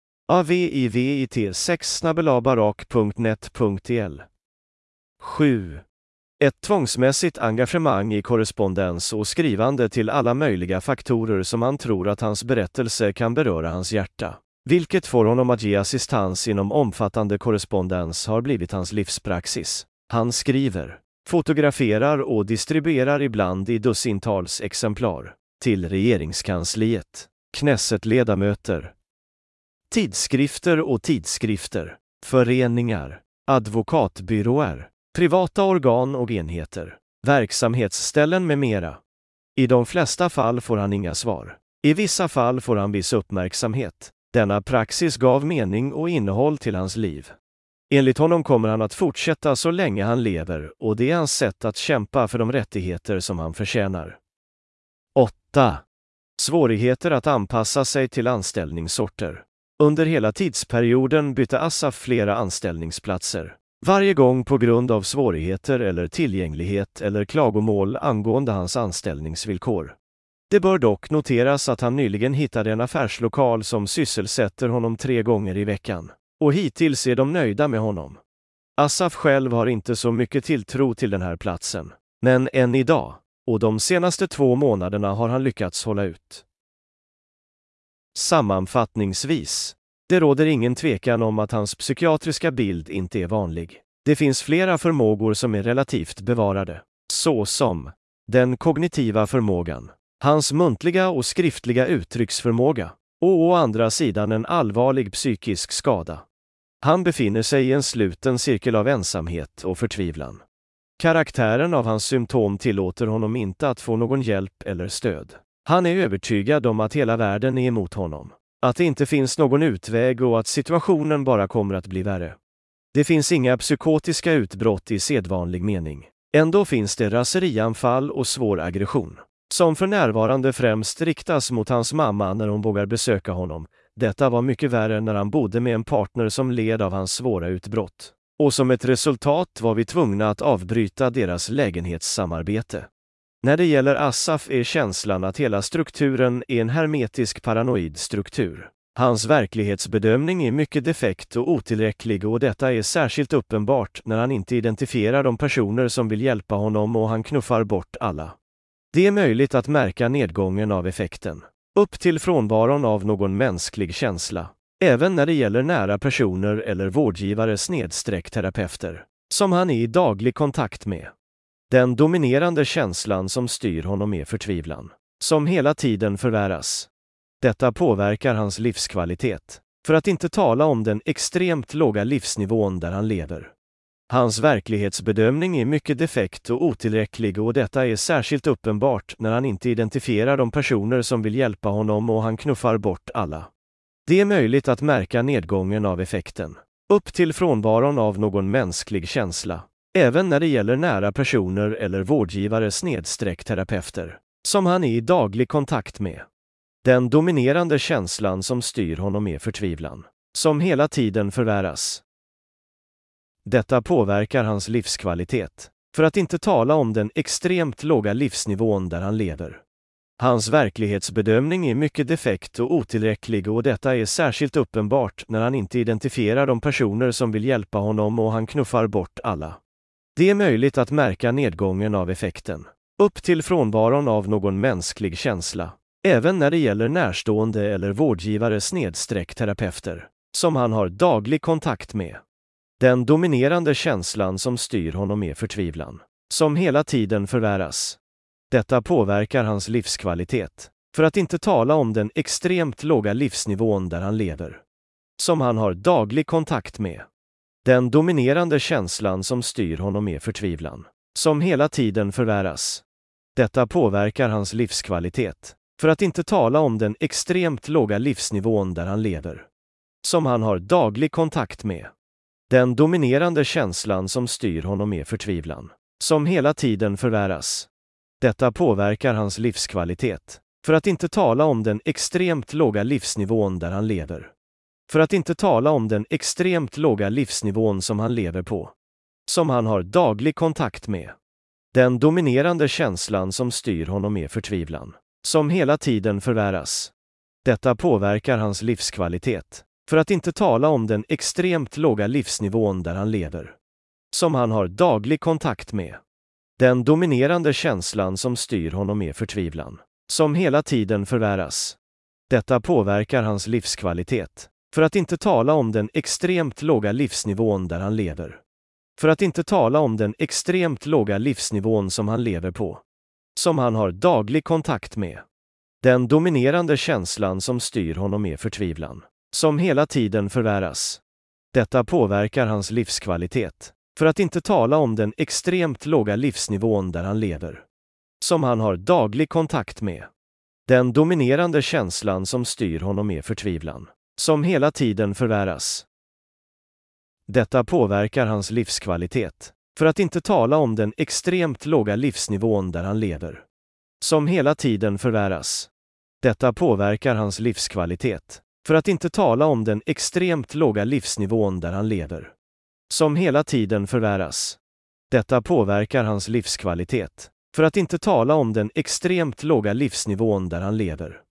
avivit6@barak.net.el. 7. Ett tvångsmässigt engagemang i korrespondens och skrivande till alla möjliga faktorer som han tror att hans berättelse kan beröra hans hjärta, vilket får honom att ge assistans inom omfattande korrespondens har blivit hans livspraxis. Han skriver, fotograferar och distribuerar ibland i dussintals exemplar till regeringskansliet, Knesset-ledamöter, tidskrifter, föreningar, advokatbyråer, privata organ och enheter, verksamhetsställen med mera. I de flesta fall får han inga svar. I vissa fall får han viss uppmärksamhet. Denna praxis gav mening och innehåll till hans liv. Enligt honom kommer han att fortsätta så länge han lever och det är hans sätt att kämpa för de rättigheter som han förtjänar. 8. Svårigheter att anpassa sig till anställningssorter. Under hela tidsperioden bytte Asaf flera anställningsplatser. Varje gång på grund av svårigheter eller tillgänglighet eller klagomål angående hans anställningsvillkor. Det bör dock noteras att han nyligen hittade en affärslokal som sysselsätter honom 3 gånger i veckan. Och hittills är de nöjda med honom. Asaf själv har inte så mycket tilltro till den här platsen. Men än idag, och de senaste 2 månaderna har han lyckats hålla ut. Sammanfattningsvis. Det råder ingen tvekan om att hans psykiatriska bild inte är vanlig. Det finns flera förmågor som är relativt bevarade. Så som den kognitiva förmågan, Hans muntliga och skriftliga uttrycksförmåga, och å andra sidan en allvarlig psykisk skada. Han befinner sig i en sluten cirkel av ensamhet och förtvivlan. Karaktären av hans symptom tillåter honom inte att få någon hjälp eller stöd. Han är övertygad om att hela världen är emot honom, att det inte finns någon utväg och att situationen bara kommer att bli värre. Det finns inga psykotiska utbrott i sedvanlig mening. Ändå finns det raserianfall och svår aggression, som för närvarande främst riktas mot hans mamma när hon vågar besöka honom. Detta var mycket värre när han bodde med en partner som led av hans svåra utbrott. Och som ett resultat var vi tvungna att avbryta deras lägenhetssamarbete. När det gäller Asaf är känslan att hela strukturen är en hermetisk paranoid struktur. Hans verklighetsbedömning är mycket defekt och otillräcklig, och detta är särskilt uppenbart när han inte identifierar de personer som vill hjälpa honom och han knuffar bort alla. Det är möjligt att märka nedgången av effekten, upp till frånvaron av någon mänsklig känsla, även när det gäller nära personer eller vårdgivare/terapeuter, som han är i daglig kontakt med. Den dominerande känslan som styr honom är förtvivlan, som hela tiden förvärras. Detta påverkar hans livskvalitet, för att inte tala om den extremt låga livsnivån där han lever. Hans verklighetsbedömning är mycket defekt och otillräcklig, och detta är särskilt uppenbart när han inte identifierar de personer som vill hjälpa honom och han knuffar bort alla. Det är möjligt att märka nedgången av effekten, upp till frånvaron av någon mänsklig känsla, även när det gäller nära personer eller vårdgivare/terapeuter, som han är i daglig kontakt med. Den dominerande känslan som styr honom är förtvivlan, som hela tiden förvärras. Detta påverkar hans livskvalitet, för att inte tala om den extremt låga livsnivån där han lever. Hans verklighetsbedömning är mycket defekt och otillräcklig, och detta är särskilt uppenbart när han inte identifierar de personer som vill hjälpa honom och han knuffar bort alla. Det är möjligt att märka nedgången av effekten, upp till frånvaron av någon mänsklig känsla, även när det gäller närstående eller vårdgivare/terapeuter, som han har daglig kontakt med. Den dominerande känslan som styr honom är förtvivlan, som hela tiden förvärras. Detta påverkar hans livskvalitet, för att inte tala om den extremt låga livsnivån där han lever, som han har daglig kontakt med. Den dominerande känslan som styr honom är förtvivlan, som hela tiden förvärras. Detta påverkar hans livskvalitet, för att inte tala om den extremt låga livsnivån där han lever, som han har daglig kontakt med. Den dominerande känslan som styr honom är förtvivlan, som hela tiden förvärras. Detta påverkar hans livskvalitet, för att inte tala om den extremt låga livsnivån där han lever. För att inte tala om den extremt låga livsnivån som han lever på, som han har daglig kontakt med. Den dominerande känslan som styr honom är förtvivlan, som hela tiden förvärras. Detta påverkar hans livskvalitet, för att inte tala om den extremt låga livsnivån där han lever, som han har daglig kontakt med. Den dominerande känslan som styr honom är förtvivlan, som hela tiden förvärras. Detta påverkar hans livskvalitet, för att inte tala om den extremt låga livsnivån där han lever. För att inte tala om den extremt låga livsnivån som han lever på, som han har daglig kontakt med. Den dominerande känslan som styr honom är förtvivlan, som hela tiden förvärras. Detta påverkar hans livskvalitet, för att inte tala om den extremt låga livsnivån där han lever, som han har daglig kontakt med. Den dominerande känslan som styr honom är förtvivlan, som hela tiden förvärras. Detta påverkar hans livskvalitet, för att inte tala om den extremt låga livsnivån där han lever, som hela tiden förvärras. Detta påverkar hans livskvalitet, för att inte tala om den extremt låga livsnivån där han lever, som hela tiden förvärras. Detta påverkar hans livskvalitet, för att inte tala om den extremt låga livsnivån där han lever.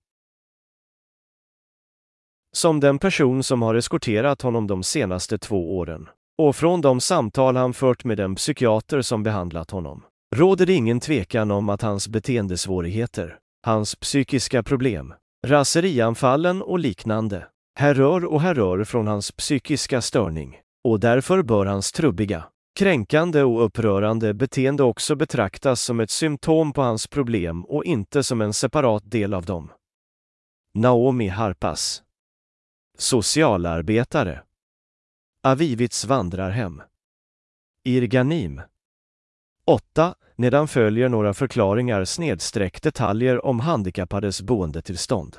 Som den person som har eskorterat honom de senaste 2 åren, och från de samtal han fört med den psykiater som behandlat honom, råder det ingen tvekan om att hans beteendesvårigheter, hans psykiska problem, raserianfallen och liknande, härrör från hans psykiska störning, och därför bör hans trubbiga, Kränkande och upprörande beteende också betraktas som ett symptom på hans problem och inte som en separat del av dem. Naomi Harpas. Socialarbetare. Avivits vandrarhem. Irganim. 8. Nedan följer några förklaringar / detaljer om handikappades boendetillstånd.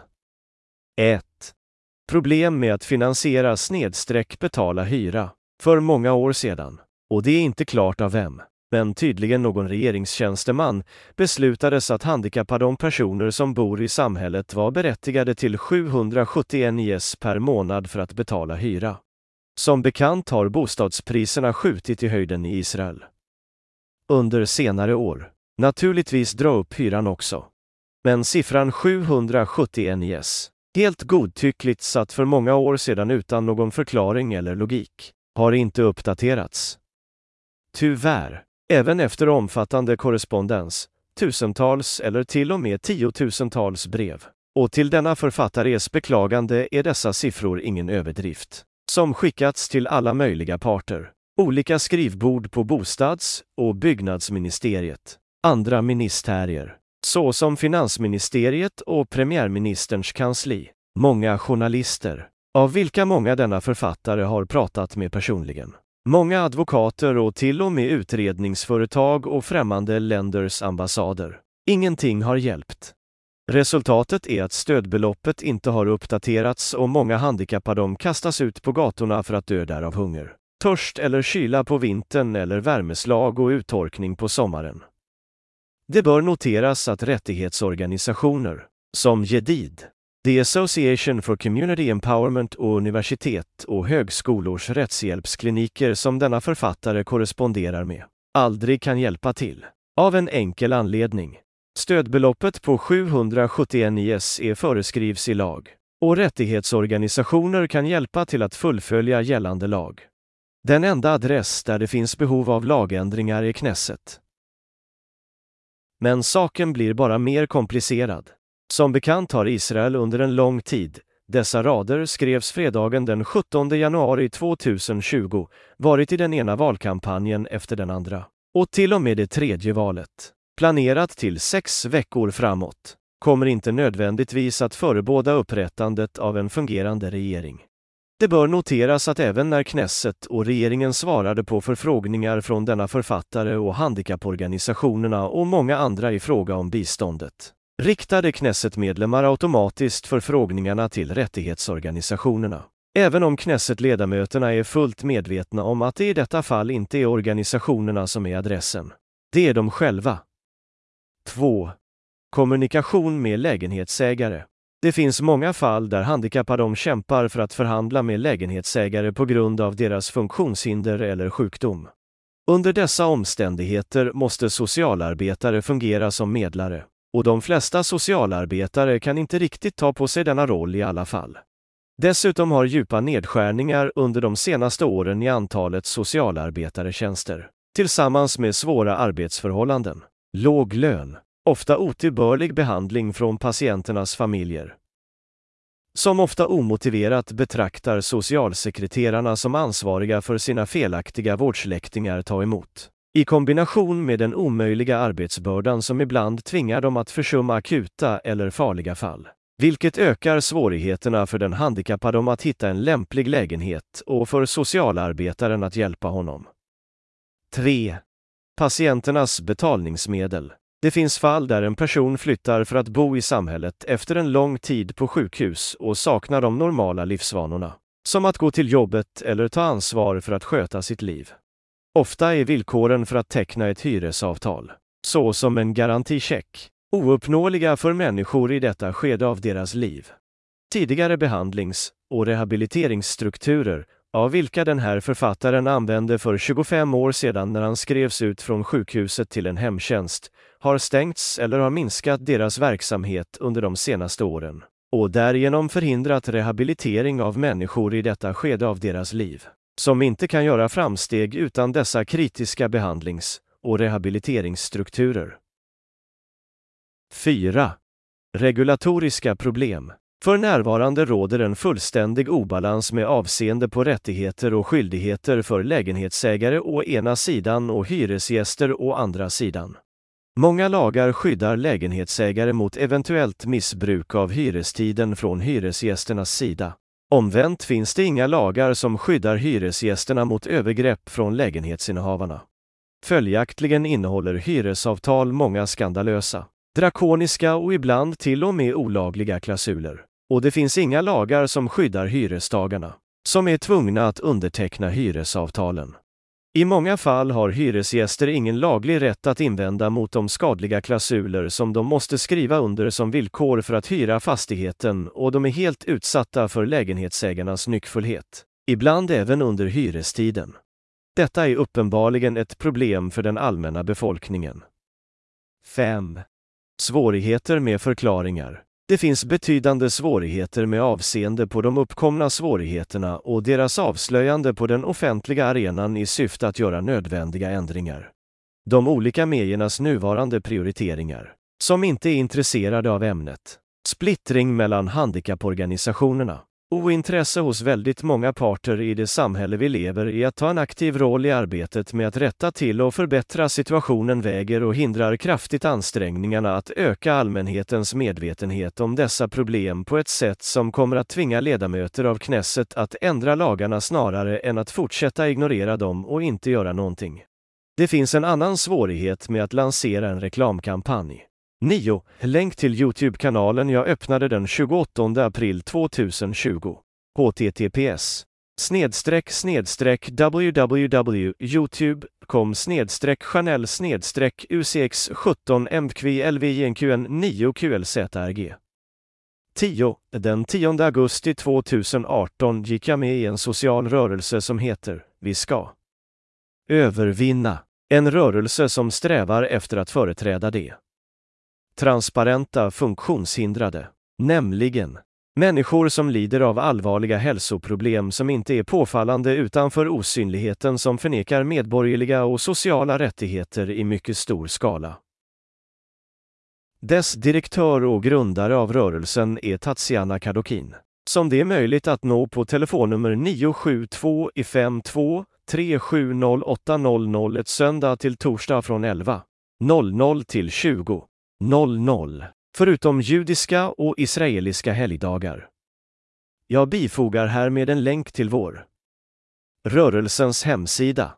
1. Problem med att finansiera / betala hyra. För många år sedan, och det är inte klart av vem, men tydligen någon regeringstjänsteman, beslutades att handikappade personer som bor i samhället var berättigade till 771 IS per månad för att betala hyra. Som bekant har bostadspriserna skjutit i höjden i Israel. Under senare år, naturligtvis dra upp hyran också. Men siffran 771 IS, helt godtyckligt satt för många år sedan utan någon förklaring eller logik, har inte uppdaterats. Tyvärr, även efter omfattande korrespondens, tusentals eller till och med tiotusentals brev, och till denna författares beklagande är dessa siffror ingen överdrift, som skickats till alla möjliga parter, olika skrivbord på bostads- och byggnadsministeriet, andra ministerier, såsom finansministeriet och premiärministerns kansli, många journalister, av vilka många denna författare har pratat med personligen, många advokater och till och med utredningsföretag och främmande länders ambassader. Ingenting har hjälpt. Resultatet är att stödbeloppet inte har uppdaterats och många handikappade kastas ut på gatorna för att dö där av hunger, törst eller kyla på vintern eller värmeslag och uttorkning på sommaren. Det bör noteras att rättighetsorganisationer, som Jedid, The Association for Community Empowerment och universitet och högskolors rättshjälpskliniker som denna författare korresponderar med, aldrig kan hjälpa till. Av en enkel anledning. Stödbeloppet på 771 IS föreskrivs i lag, och rättighetsorganisationer kan hjälpa till att fullfölja gällande lag. Den enda adress där det finns behov av lagändringar är Knesset. Men saken blir bara mer komplicerad. Som bekant har Israel under en lång tid, dessa rader skrevs fredagen den 17 januari 2020, varit i den ena valkampanjen efter den andra, och till och med det tredje valet, planerat till 6 veckor framåt, kommer inte nödvändigtvis att förebåda upprättandet av en fungerande regering. Det bör noteras att även när Knesset och regeringen svarade på förfrågningar från denna författare och handikapporganisationerna och många andra i fråga om biståndet, riktade Knesset-medlemmar automatiskt förfrågningarna till rättighetsorganisationerna. Även om Knesset-ledamöterna är fullt medvetna om att det i detta fall inte är organisationerna som är adressen. Det är de själva. 2. Kommunikation med lägenhetsägare. Det finns många fall där handikappade kämpar för att förhandla med lägenhetsägare på grund av deras funktionshinder eller sjukdom. Under dessa omständigheter måste socialarbetare fungera som medlare, och de flesta socialarbetare kan inte riktigt ta på sig denna roll i alla fall. Dessutom har djupa nedskärningar under de senaste åren i antalet socialarbetaretjänster, tillsammans med svåra arbetsförhållanden, låg lön, ofta otillbörlig behandling från patienternas familjer, som ofta omotiverat betraktar socialsekreterarna som ansvariga för sina felaktiga vårdsläktingar ta emot, i kombination med den omöjliga arbetsbördan som ibland tvingar dem att försumma akuta eller farliga fall, vilket ökar svårigheterna för den handikappade att hitta en lämplig lägenhet och för socialarbetaren att hjälpa honom. 3. Patienternas betalningsmedel. Det finns fall där en person flyttar för att bo i samhället efter en lång tid på sjukhus och saknar de normala livsvanorna, som att gå till jobbet eller ta ansvar för att sköta sitt liv. Ofta är villkoren för att teckna ett hyresavtal, så som en garanticheck, ouppnåeliga för människor i detta skede av deras liv. Tidigare behandlings- och rehabiliteringsstrukturer, av vilka den här författaren använde för 25 år sedan när han skrevs ut från sjukhuset till en hemtjänst, har stängts eller har minskat deras verksamhet under de senaste åren, och därigenom förhindrat rehabilitering av människor i detta skede av deras liv, som inte kan göra framsteg utan dessa kritiska behandlings- och rehabiliteringsstrukturer. 4. Regulatoriska problem. För närvarande råder en fullständig obalans med avseende på rättigheter och skyldigheter för lägenhetsägare å ena sidan och hyresgäster å andra sidan. Många lagar skyddar lägenhetsägare mot eventuellt missbruk av hyrestiden från hyresgästernas sida. Omvänt finns det inga lagar som skyddar hyresgästerna mot övergrepp från lägenhetsinnehavarna. Följaktligen innehåller hyresavtal många skandalösa, drakoniska och ibland till och med olagliga klausuler. Och det finns inga lagar som skyddar hyrestagarna, som är tvungna att underteckna hyresavtalen. I många fall har hyresgäster ingen laglig rätt att invända mot de skadliga klausuler som de måste skriva under som villkor för att hyra fastigheten, och de är helt utsatta för lägenhetsägarnas nyckfullhet, ibland även under hyrestiden. Detta är uppenbarligen ett problem för den allmänna befolkningen. 5. Svårigheter med förklaringar. Det finns betydande svårigheter med avseende på de uppkomna svårigheterna och deras avslöjande på den offentliga arenan i syfte att göra nödvändiga ändringar. De olika mediernas nuvarande prioriteringar, som inte är intresserade av ämnet, splittring mellan handikapporganisationerna, ointresse hos väldigt många parter i det samhälle vi lever i att ta en aktiv roll i arbetet med att rätta till och förbättra situationen väger och hindrar kraftigt ansträngningarna att öka allmänhetens medvetenhet om dessa problem på ett sätt som kommer att tvinga ledamöter av Knesset att ändra lagarna snarare än att fortsätta ignorera dem och inte göra någonting. Det finns en annan svårighet med att lansera en reklamkampanj. 9. Länk till YouTube-kanalen jag öppnade den 28 april 2020. https://www.youtube.com/snedstreck/chanel/UCX17MQLVJNQN9QLZRG. 10. Den 10 augusti 2018 gick jag med i en social rörelse som heter Vi ska övervinna. En rörelse som strävar efter att företräda det transparenta funktionshindrade, nämligen människor som lider av allvarliga hälsoproblem som inte är påfallande utanför osynligheten som förnekar medborgerliga och sociala rättigheter i mycket stor skala. Dess direktör och grundare av rörelsen är Tatsiana Kadokin, som det är möjligt att nå på telefonnummer 972 370 ett söndag till torsdag från 11:00 till 20:00, förutom judiska och israeliska helgdagar. Jag bifogar här med en länk till vår rörelsens hemsida,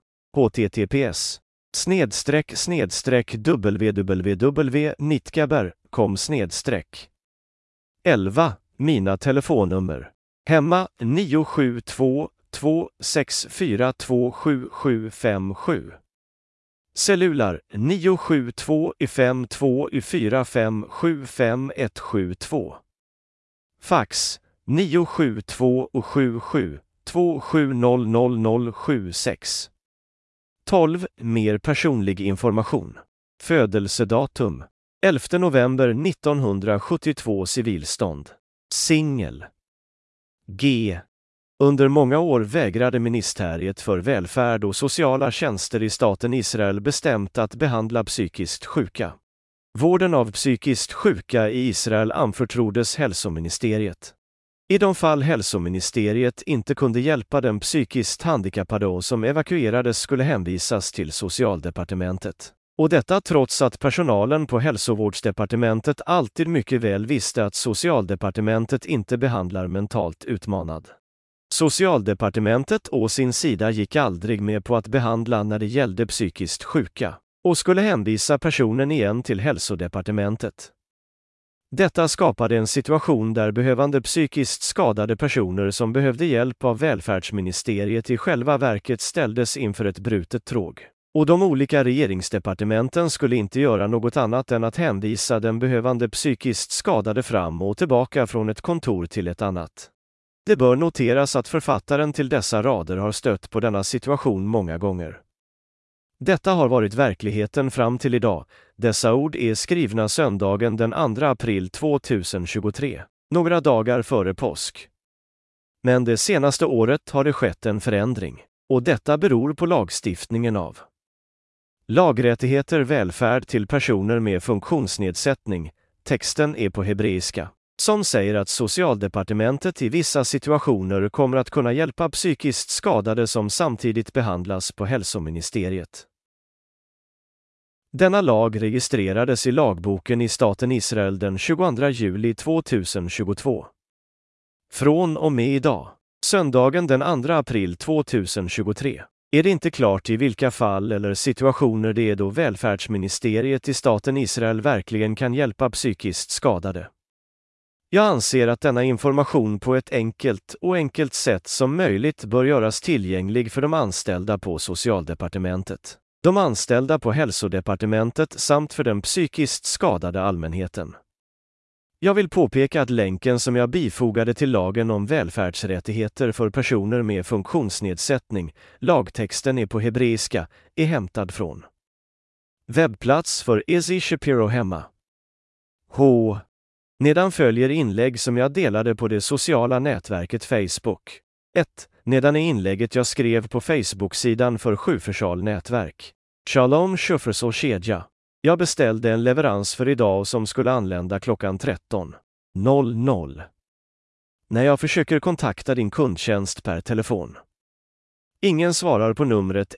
https://www.nitgaber.com/. 11. Mina telefonnummer. Hemma 972 264 27757. Cellular 972 52 45 75172. Fax 972 77 27000076. 12. Mer personlig information. Födelsedatum 11 november 1972. Civilstånd singel. G. Under många år vägrade Ministeriet för välfärd och sociala tjänster i staten Israel bestämt att behandla psykiskt sjuka. Vården av psykiskt sjuka i Israel anförtroddes hälsoministeriet. I de fall hälsoministeriet inte kunde hjälpa den psykiskt handikappade som evakuerades skulle hänvisas till socialdepartementet. Och detta trots att personalen på hälsovårdsdepartementet alltid mycket väl visste att socialdepartementet inte behandlar mentalt utmanad. Socialdepartementet å sin sida gick aldrig med på att behandla när det gällde psykiskt sjuka och skulle hänvisa personen igen till hälsodepartementet. Detta skapade en situation där behövande psykiskt skadade personer som behövde hjälp av välfärdsministeriet i själva verket ställdes inför ett brutet tråg. Och de olika regeringsdepartementen skulle inte göra något annat än att hänvisa den behövande psykiskt skadade fram och tillbaka från ett kontor till ett annat. Det bör noteras att författaren till dessa rader har stött på denna situation många gånger. Detta har varit verkligheten fram till idag. Dessa ord är skrivna söndagen den 2 april 2023, några dagar före påsk. Men det senaste året har det skett en förändring, och detta beror på lagstiftningen av lagrättigheter välfärd till personer med funktionsnedsättning. Texten är på hebreiska. som säger att Socialdepartementet i vissa situationer kommer att kunna hjälpa psykiskt skadade som samtidigt behandlas på hälsoministeriet. Denna lag registrerades i lagboken i staten Israel den 22 juli 2022. Från och med idag, söndagen den 2 april 2023, är det inte klart i vilka fall eller situationer det är då välfärdsministeriet i staten Israel verkligen kan hjälpa psykiskt skadade. Jag anser att denna information på ett enkelt sätt som möjligt bör göras tillgänglig för de anställda på Socialdepartementet, de anställda på Hälsodepartementet samt för den psykiskt skadade allmänheten. Jag vill påpeka att länken som jag bifogade till lagen om välfärdsrättigheter för personer med funktionsnedsättning, lagtexten är på hebreiska, är hämtad från webbplats för Ezi Shapiro hemma. Nedan följer inlägg som jag delade på det sociala nätverket Facebook. 1. Nedan är inlägget jag skrev på Facebook-sidan för Sjuförsal nätverk. Shalom Sjuförsal kedja. Jag beställde en leverans för idag som skulle anlända klockan 13:00. När jag försöker kontakta din kundtjänst per telefon. Ingen svarar på numret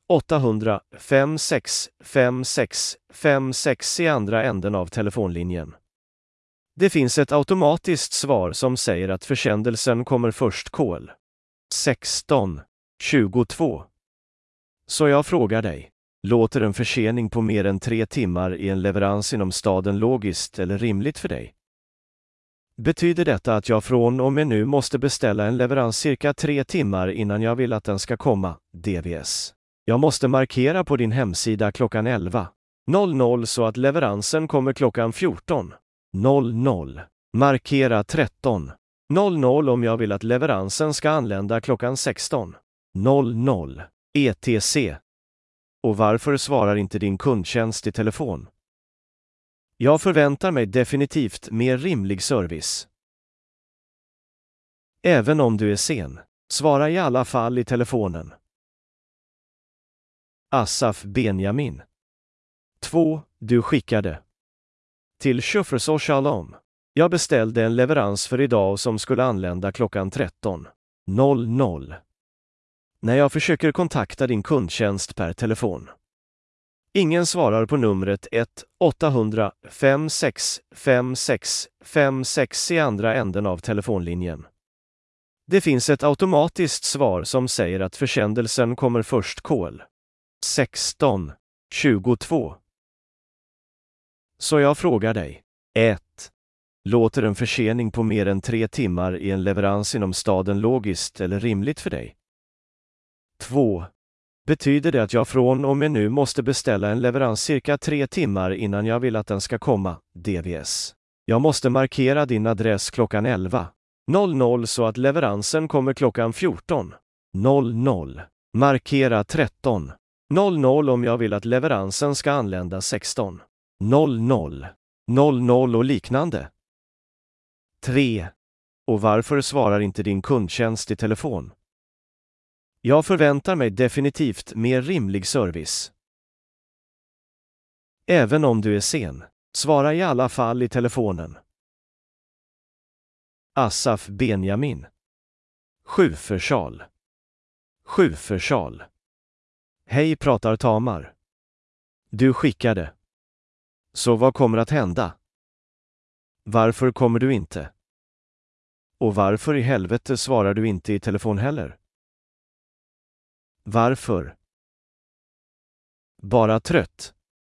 1-800-565656 i andra änden av telefonlinjen. Det finns ett automatiskt svar som säger att försändelsen kommer först kl. 16:22. Så jag frågar dig, låter en försening på mer än 3 timmar i en leverans inom staden logiskt eller rimligt för dig? Betyder detta att jag från och med nu måste beställa en leverans cirka 3 timmar innan jag vill att den ska komma, DVS? Jag måste markera på din hemsida klockan 11:00 så att leveransen kommer klockan 14:00. Markera 13:00 om jag vill att leveransen ska anlända klockan 16:00. ETC. Och varför svarar inte din kundtjänst i telefon? Jag förväntar mig definitivt mer rimlig service. Även om du är sen, svara i alla fall i telefonen. Asaf Benjamin. 2. Du skickade till Sjuförsal Shalom. Jag beställde en leverans för idag som skulle anlända klockan 13:00. När jag försöker kontakta din kundtjänst per telefon. Ingen svarar på numret 1-800-565656 i andra änden av telefonlinjen. Det finns ett automatiskt svar som säger att försändelsen kommer först kl. 16:22. Så jag frågar dig. 1. Låter en försening på mer än 3 timmar i en leverans inom staden logiskt eller rimligt för dig? 2. Betyder det att jag från och med nu måste beställa en leverans cirka 3 timmar innan jag vill att den ska komma, DVS? Jag måste markera din adress klockan 11:00 så att leveransen kommer klockan 14:00. Markera 13:00 om jag vill att leveransen ska anlända 16:00 och liknande. 3. Och varför svarar inte din kundtjänst i telefon? Jag förväntar mig definitivt mer rimlig service. Även om du är sen, svara i alla fall i telefonen. Asaf Benjamin. Sjuförsal. Sjuförsal. Hej, pratar Tamar. Du skickade. Så vad kommer att hända? Varför kommer du inte? Och varför i helvete svarar du inte i telefon heller? Varför? Bara trött.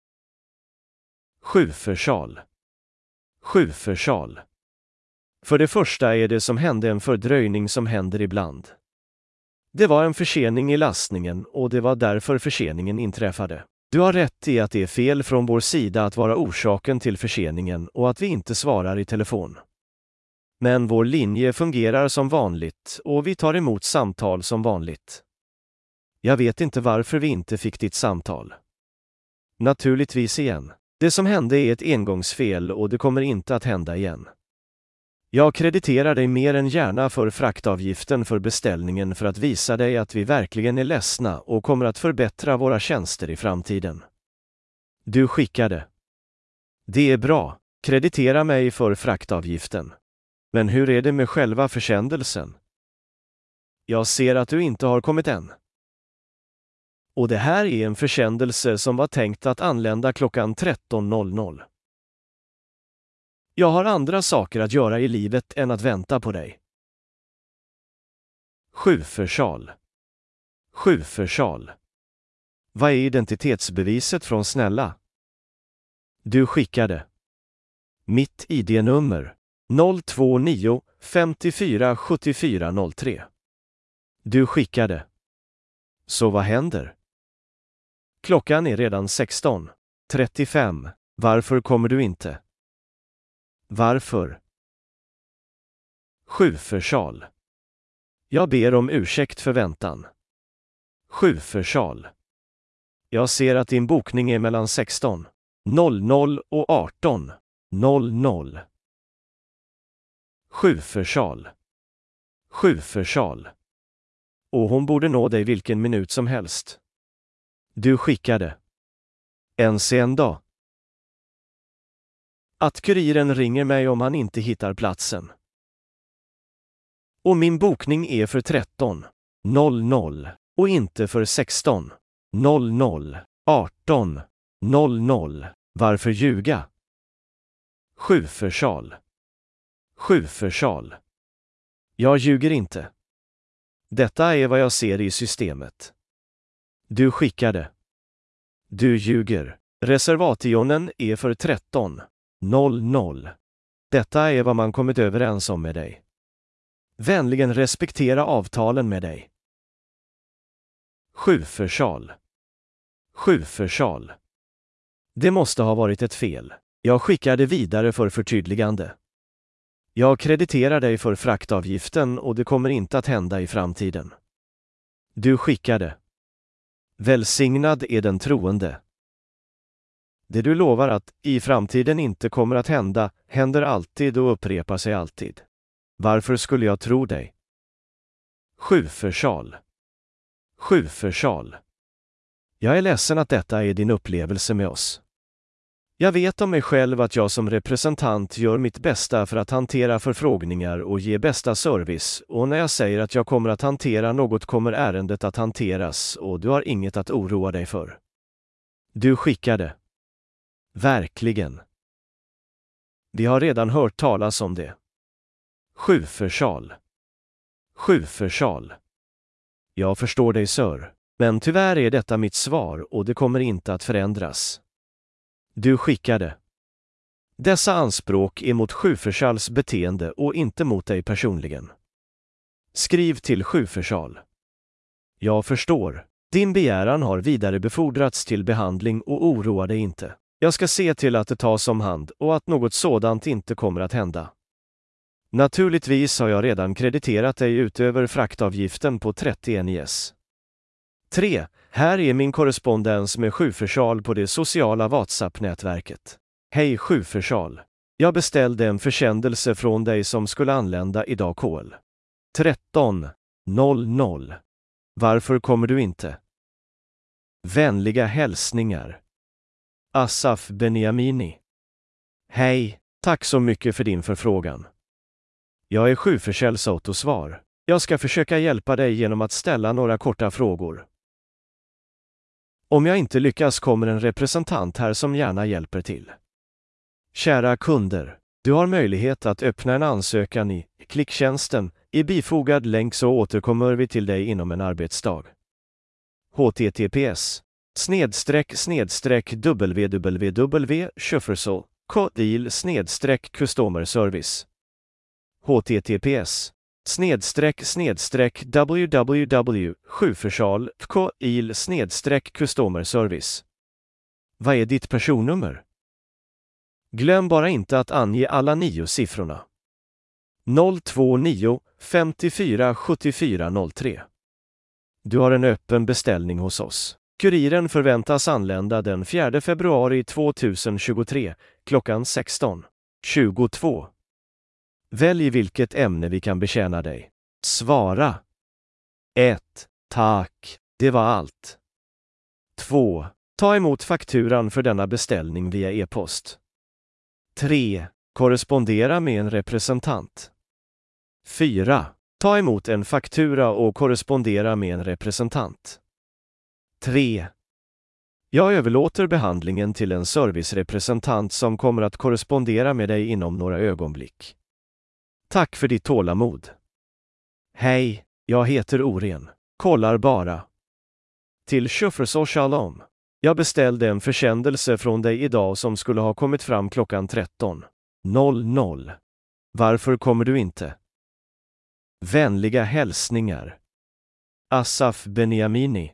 Sjuförsal. Sjuförsal. För det första är det som hände en fördröjning som händer ibland. Det var en försening i lastningen och det var därför förseningen inträffade. Du har rätt i att det är fel från vår sida att vara orsaken till förseningen och att vi inte svarar i telefon. Men vår linje fungerar som vanligt och vi tar emot samtal som vanligt. Jag vet inte varför vi inte fick ditt samtal. Naturligtvis igen. Det som hände är ett engångsfel och det kommer inte att hända igen. Jag krediterar dig mer än gärna för fraktavgiften för beställningen för att visa dig att vi verkligen är ledsna och kommer att förbättra våra tjänster i framtiden. Du skickade. Det är bra. kreditera mig för fraktavgiften. Men hur är det med själva försändelsen? Jag ser att du inte har kommit än. Och det här är en försändelse som var tänkt att anlända klockan 13:00. Jag har andra saker att göra i livet än att vänta på dig. Sjufersal. Sjufersal. Vad är identitetsbeviset från snälla? Du skickade. Mitt ID-nummer 029 54 74 03. Du skickade. Så vad händer? Klockan är redan 16:35. Varför kommer du inte? Varför? Sjufersal. Jag ber om ursäkt för väntan. Sjufersal. Jag ser att din bokning är mellan 16:00 och 18:00. Sjufersal. Sjufersal. Och hon borde nå dig vilken minut som helst. Du skickade. Ens en dag. Att kuriren ringer mig om han inte hittar platsen. Och min bokning är för 13:00 och inte för 16:00, 18:00. Varför ljuga? Sjufersal. Sjufersal. Jag ljuger inte. Detta är vad jag ser i systemet. Du skickade. Du ljuger. Reservationen är för 13:00. Detta är vad man kommit överens om med dig. Vänligen respektera avtalen med dig. Sjufersal. Sjufersal. Det måste ha varit ett fel. Jag skickade vidare för förtydligande. Jag krediterar dig för fraktavgiften och det kommer inte att hända i framtiden. Du skickade. Välsignad är den troende. Det du lovar att i framtiden inte kommer att hända, händer alltid och upprepar sig alltid. Varför skulle jag tro dig? Sjufersal. Sjufersal. Jag är ledsen att detta är din upplevelse med oss. Jag vet om mig själv att jag som representant gör mitt bästa för att hantera förfrågningar och ge bästa service, och när jag säger att jag kommer att hantera något kommer ärendet att hanteras och du har inget att oroa dig för. Du skickade. Verkligen. Vi har redan hört talas om det. Sjufersal. Sjufersal. Jag förstår dig, sir, men tyvärr är detta mitt svar och det kommer inte att förändras. Du skickade. Dessa anspråk är mot Sjufersals beteende och inte mot dig personligen. Skriv till Sjufersal. Jag förstår. Din begäran har vidare befordrats till behandling och oroa dig inte. Jag ska se till att det tas om hand och att något sådant inte kommer att hända. Naturligtvis har jag redan krediterat dig utöver fraktavgiften på 31 IS. 3. Här är min korrespondens med Sjufersal på det sociala WhatsApp-nätverket. Hej Sjufersal. Jag beställde en försändelse från dig som skulle anlända idag kl. 13:00. Varför kommer du inte? Vänliga hälsningar. Asaf Beniamini. Hej, tack så mycket för din förfrågan. Jag är Sjufersals autosvar. Jag ska försöka hjälpa dig genom att ställa några korta frågor. Om jag inte lyckas kommer en representant här som gärna hjälper till. Kära kunder, du har möjlighet att öppna en ansökan i klicktjänsten. I bifogad länk så återkommer vi till dig inom en arbetsdag. https://www.shufersal.com/customer service https://www.sjufersal.com/customer service. Vad är ditt personnummer? Glöm bara inte att ange alla 9 siffrorna. 029 54 74 03. Du har en öppen beställning hos oss. Kuriren förväntas anlända den 4 februari 2023, klockan 16:22. Välj vilket ämne vi kan betjäna dig. Svara. 1. Tack, det var allt. 2. Ta emot fakturan för denna beställning via e-post. 3. Korrespondera med en representant. 4. Ta emot en faktura och korrespondera med en representant. 3. Jag överlåter behandlingen till en servicerepresentant som kommer att korrespondera med dig inom några ögonblick. Tack för ditt tålamod. Hej, jag heter Oren. Kollar bara. Till Shuffersor Shalom. Jag beställde en försändelse från dig idag som skulle ha kommit fram klockan 13:00. Varför kommer du inte? Vänliga hälsningar. Asaf Beniamini.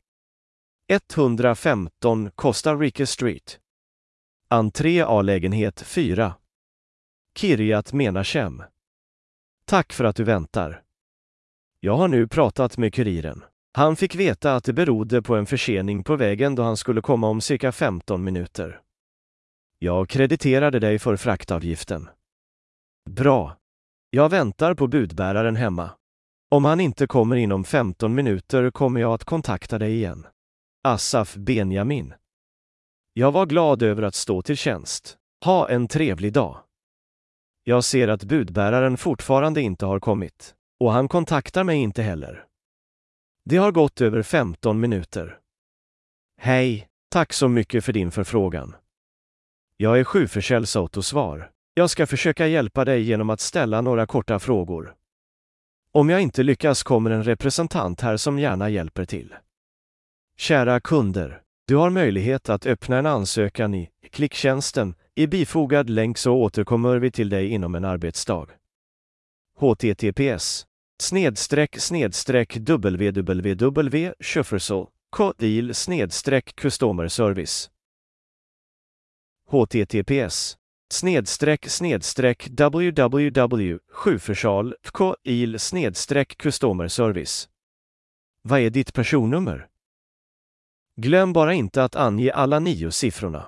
115 Costa Rica Street. Entré A-lägenhet 4. Kiryat Menachem. Tack för att du väntar. Jag har nu pratat med kuriren. Han fick veta att det berodde på en försening på vägen då han skulle komma om cirka 15 minuter. Jag krediterade dig för fraktavgiften. Bra. Jag väntar på budbäraren hemma. Om han inte kommer inom 15 minuter kommer jag att kontakta dig igen. Asaf Benjamin. Jag var glad över att stå till tjänst. Ha en trevlig dag. Jag ser att budbäraren fortfarande inte har kommit. Och han kontaktar mig inte heller. Det har gått över 15 minuter. Hej, tack så mycket för din förfrågan. Jag är Sjuförsäljsautosvar. Jag ska försöka hjälpa dig genom att ställa några korta frågor. Om jag inte lyckas kommer en representant här som gärna hjälper till. Kära kunder, du har möjlighet att öppna en ansökan i klicktjänsten. I bifogad länk så återkommer vi till dig inom en arbetsdag. https://www.shuffersol.com/customer service https://www.sjuförsal.com/customer service. Vad är ditt personnummer? Glöm bara inte att ange alla 9 siffrorna.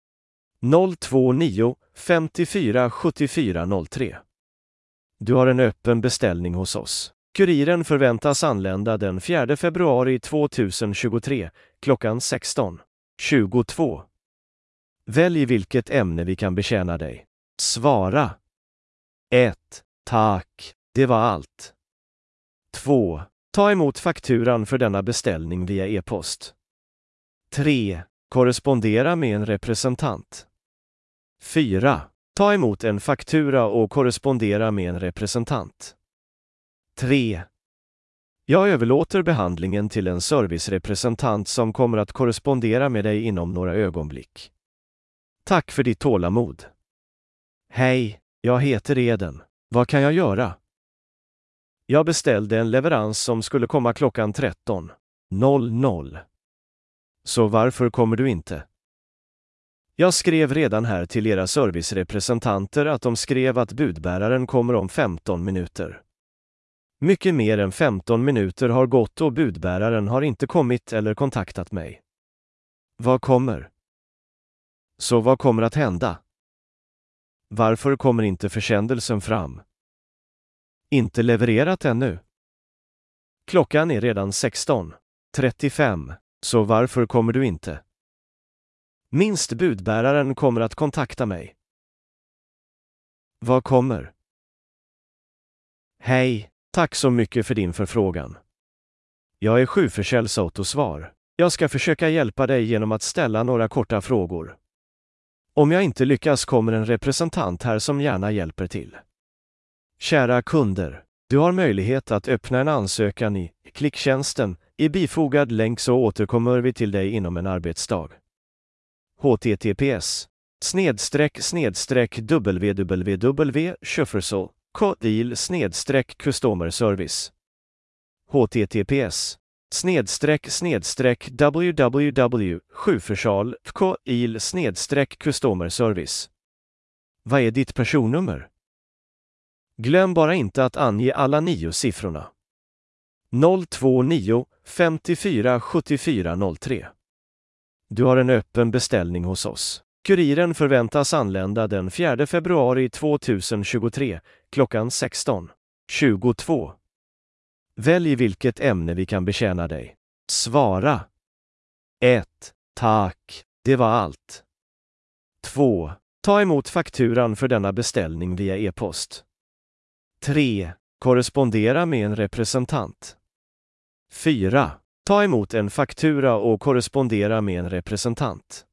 029 54 74 03. Du har en öppen beställning hos oss. Kuriren förväntas anlända den 4 februari 2023, klockan 16:22. Välj vilket ämne vi kan betjäna dig. Svara. 1. Tack, det var allt. 2. Ta emot fakturan för denna beställning via e-post. 3. Korrespondera med en representant. 4. Ta emot en faktura och korrespondera med en representant. 3. Jag överlåter behandlingen till en servicerepresentant som kommer att korrespondera med dig inom några ögonblick. Tack för ditt tålamod. Hej, jag heter Eden. Vad kan jag göra? Jag beställde en leverans som skulle komma klockan 13:00. Så varför kommer du inte? Jag skrev redan här till era servicerepresentanter att de skrev att budbäraren kommer om 15 minuter. Mycket mer än 15 minuter har gått och budbäraren har inte kommit eller kontaktat mig. Vad kommer? Så vad kommer att hända? Varför kommer inte försändelsen fram? Inte levererat ännu. Klockan är redan 16:35, så varför kommer du inte? Minst budbäraren kommer att kontakta mig. Vad kommer? Hej, tack så mycket för din förfrågan. Jag är Sjuförsäljsautosvar. Jag ska försöka hjälpa dig genom att ställa några korta frågor. Om jag inte lyckas kommer en representant här som gärna hjälper till. Kära kunder, du har möjlighet att öppna en ansökan i klicktjänsten. I bifogad länk så återkommer vi till dig inom en arbetsdag. https://www.shuffersol.com/customer service https://www.sjuförsal.com/customer service. Vad är ditt personnummer? Glöm bara inte att ange alla 9 siffrorna. 029 54 74 03. Du har en öppen beställning hos oss. Kuriren förväntas anlända den 4 februari 2023, klockan 16:22. Välj vilket ämne vi kan betjäna dig. Svara. 1. Tack, det var allt. 2. Ta emot fakturan för denna beställning via e-post. 3. Korrespondera med en representant. 4. Ta emot en faktura och korrespondera med en representant.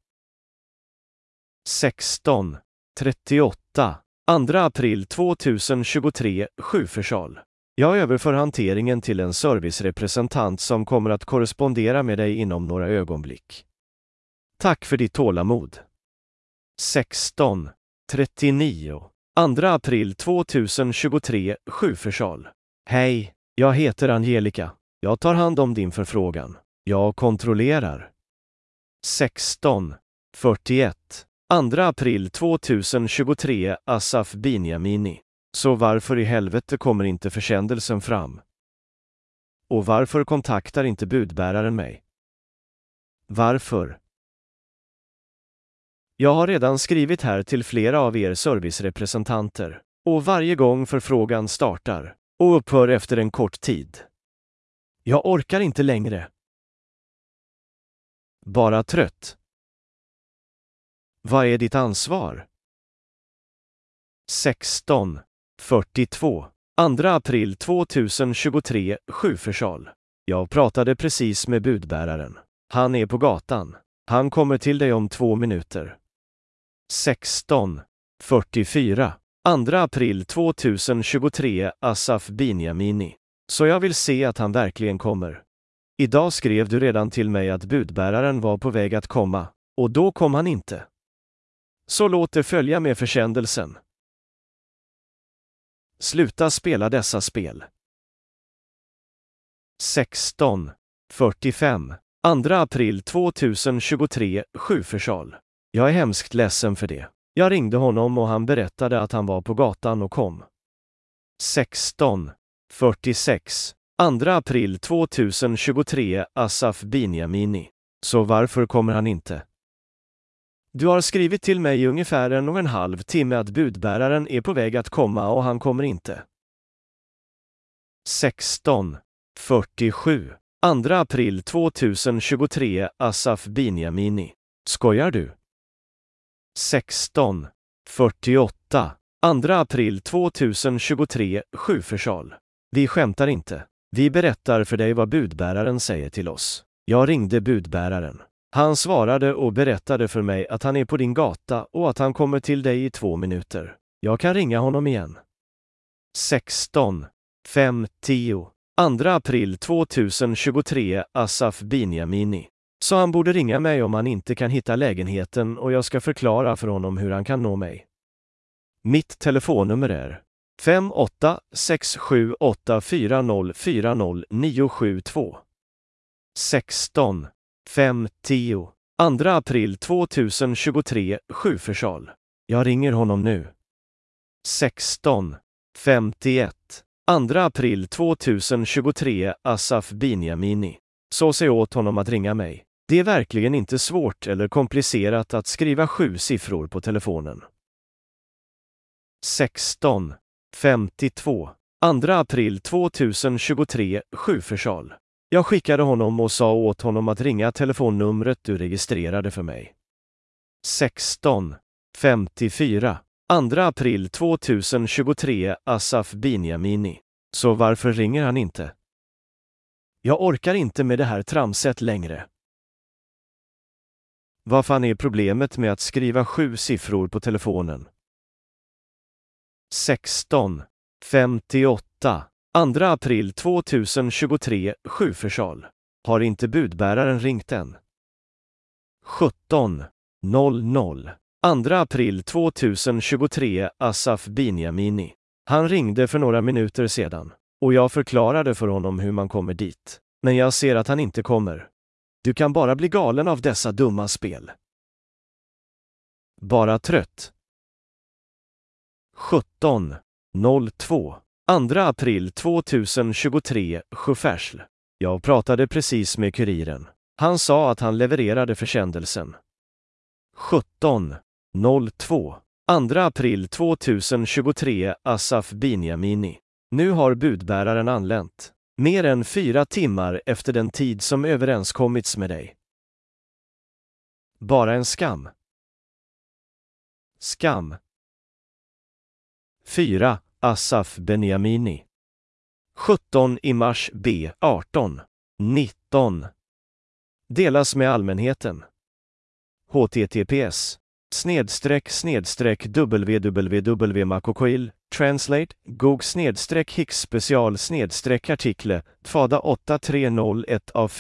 16:38 2 april 2023 7-försal. Jag överför hanteringen till en servicerepresentant som kommer att korrespondera med dig inom några ögonblick. Tack för ditt tålamod. 16:39 2 april 2023 7-försal. Hej, jag heter Angelica. Jag tar hand om din förfrågan. Jag kontrollerar. 16:41 2 april 2023 Asaf Binjamini. Så varför i helvete kommer inte försändelsen fram? Och varför kontaktar inte budbäraren mig? Varför? Jag har redan skrivit här till flera av er servicerepresentanter, och varje gång förfrågan startar och upphör efter en kort tid. Jag orkar inte längre. Bara trött. Vad är ditt ansvar? 16:42 2 april 2023 7-försal. Jag pratade precis med budbäraren. Han är på gatan. Han kommer till dig om 2 minuter. 16:44 2 april 2023 Asaf Binjamini. Så jag vill se att han verkligen kommer. Idag skrev du redan till mig att budbäraren var på väg att komma, och då kom han inte. Så låt det följa med försändelsen. Sluta spela dessa spel. 16:45 2 april 2023 7-försal. Jag är hemskt ledsen för det. Jag ringde honom och han berättade att han var på gatan och kom. 16:46 2 april 2023 Asaf Binjamini. Så varför kommer han inte? Du har skrivit till mig i ungefär 1,5 timme att budbäraren är på väg att komma och han kommer inte. 16:47 2 april 2023 Asaf Binjamini. Skojar du? 16:48 2 april 2023 7-försal. Vi skämtar inte. Vi berättar för dig vad budbäraren säger till oss. Jag ringde budbäraren. Han svarade och berättade för mig att han är på din gata och att han kommer till dig i 2 minuter. Jag kan ringa honom igen. 16:50 2 april 2023 Asaf Binjamini. Så han borde ringa mig om han inte kan hitta lägenheten och jag ska förklara för honom hur han kan nå mig. Mitt telefonnummer är 586784040972. 16:50 2 april 2023 7-försal. Jag ringer honom nu. 16:51 2 april 2023 Asaf Binjamini. Så se åt honom att ringa mig. Det är verkligen inte svårt eller komplicerat att skriva 7 siffror på telefonen. 16:52 2 april 2023 7-försal. Jag skickade honom och sa åt honom att ringa telefonnumret du registrerade för mig. 16:54 2 april 2023 Asaf Binjamini. Så varför ringer han inte? Jag orkar inte med det här tramset längre. Vad fan är problemet med att skriva 7 siffror på telefonen? 16:58 2 april 2023 7-försal. Har inte budbäraren ringt än? 17:00 2 april 2023 Asaf Binjamini. Han ringde för några minuter sedan och jag förklarade för honom hur man kommer dit. Men jag ser att han inte kommer. Du kan bara bli galen av dessa dumma spel. Bara trött. 17:02 2 april 2023 7-försal. Jag pratade precis med kuriren. Han sa att han levererade försändelsen. 17:02 2 april 2023 Asaf Binjamini. Nu har budbäraren anlänt. Mer än 4 timmar efter den tid som överenskommits med dig. Bara en skam. Skam. 4. Asaf Beniamini. 17 i mars B. 18. 19. Delas med allmänheten. https www.makokoil translate gog /hix special artikle tfada 8301 av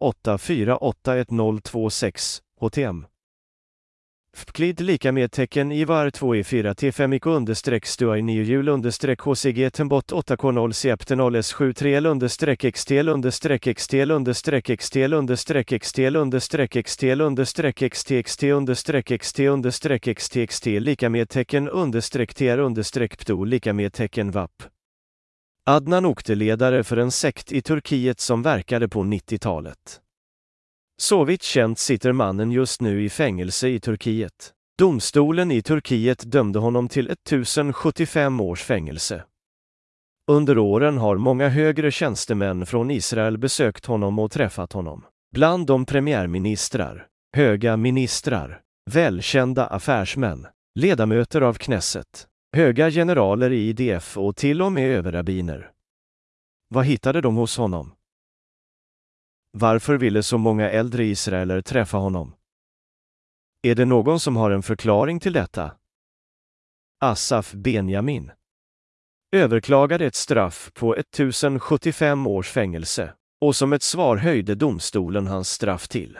48481026 htm. Fklid lika med tecken i var 2 i 4 t5 iko understreck stua i 9 jul understreck hcg tembot 8k0 septenol s73l understreck xtl understreck xtl understreck xtl understreck xtl understreck xtl understreck xtxt understreck xt understreck xtxt lika med tecken understreck tr understreck pto lika med tecken vapp. Adnan Okte-ledare för en sekt i Turkiet som verkade på 90-talet. Så vitt känt sitter mannen just nu i fängelse i Turkiet. Domstolen i Turkiet dömde honom till 1075 års fängelse. Under åren har många högre tjänstemän från Israel besökt honom och träffat honom. Bland de premiärministrar, höga ministrar, välkända affärsmän, ledamöter av Knesset, höga generaler i IDF och till och med överrabbiner. Vad hittade de hos honom? Varför ville så många äldre israeler träffa honom? Är det någon som har en förklaring till detta? Asaf Benjamin överklagade ett straff på 1075 års fängelse, och som ett svar höjde domstolen hans straff till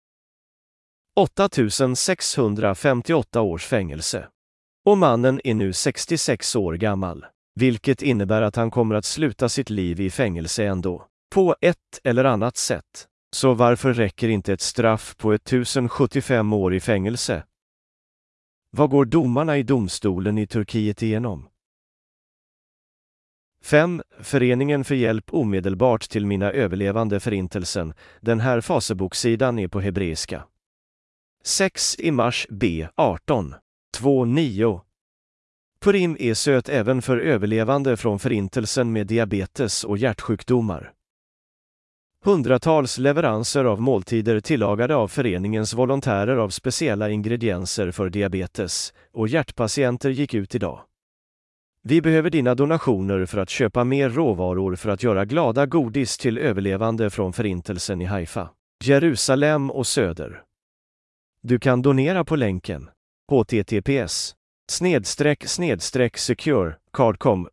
8658 års fängelse. Och mannen är nu 66 år gammal, vilket innebär att han kommer att sluta sitt liv i fängelse ändå. På ett eller annat sätt. Så varför räcker inte ett straff på 1075 år i fängelse? Vad går domarna i domstolen i Turkiet igenom? 5. Föreningen för hjälp omedelbart till mina överlevande förintelsen. Den här fasebokssidan är på hebreiska. 6 i mars B. 18. 2.9. Purim är söt även för överlevande från förintelsen med diabetes och hjärtsjukdomar. Hundratals leveranser av måltider tillagade av föreningens volontärer av speciella ingredienser för diabetes och hjärtpatienter gick ut idag. Vi behöver dina donationer för att köpa mer råvaror för att göra glada godis till överlevande från förintelsen i Haifa, Jerusalem och söder. Du kan donera på länken https://secure cardcom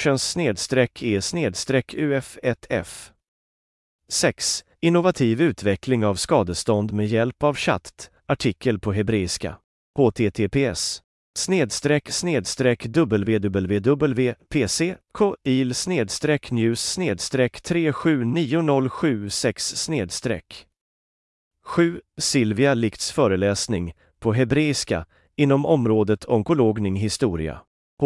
solutions/e/uf1f. 6. Innovativ utveckling av skadestånd med hjälp av chatt, artikel på hebreiska. https://www.pc.co.il/news/37907/. 7. Silvia Lichts föreläsning, på hebreiska, inom området onkologning historia.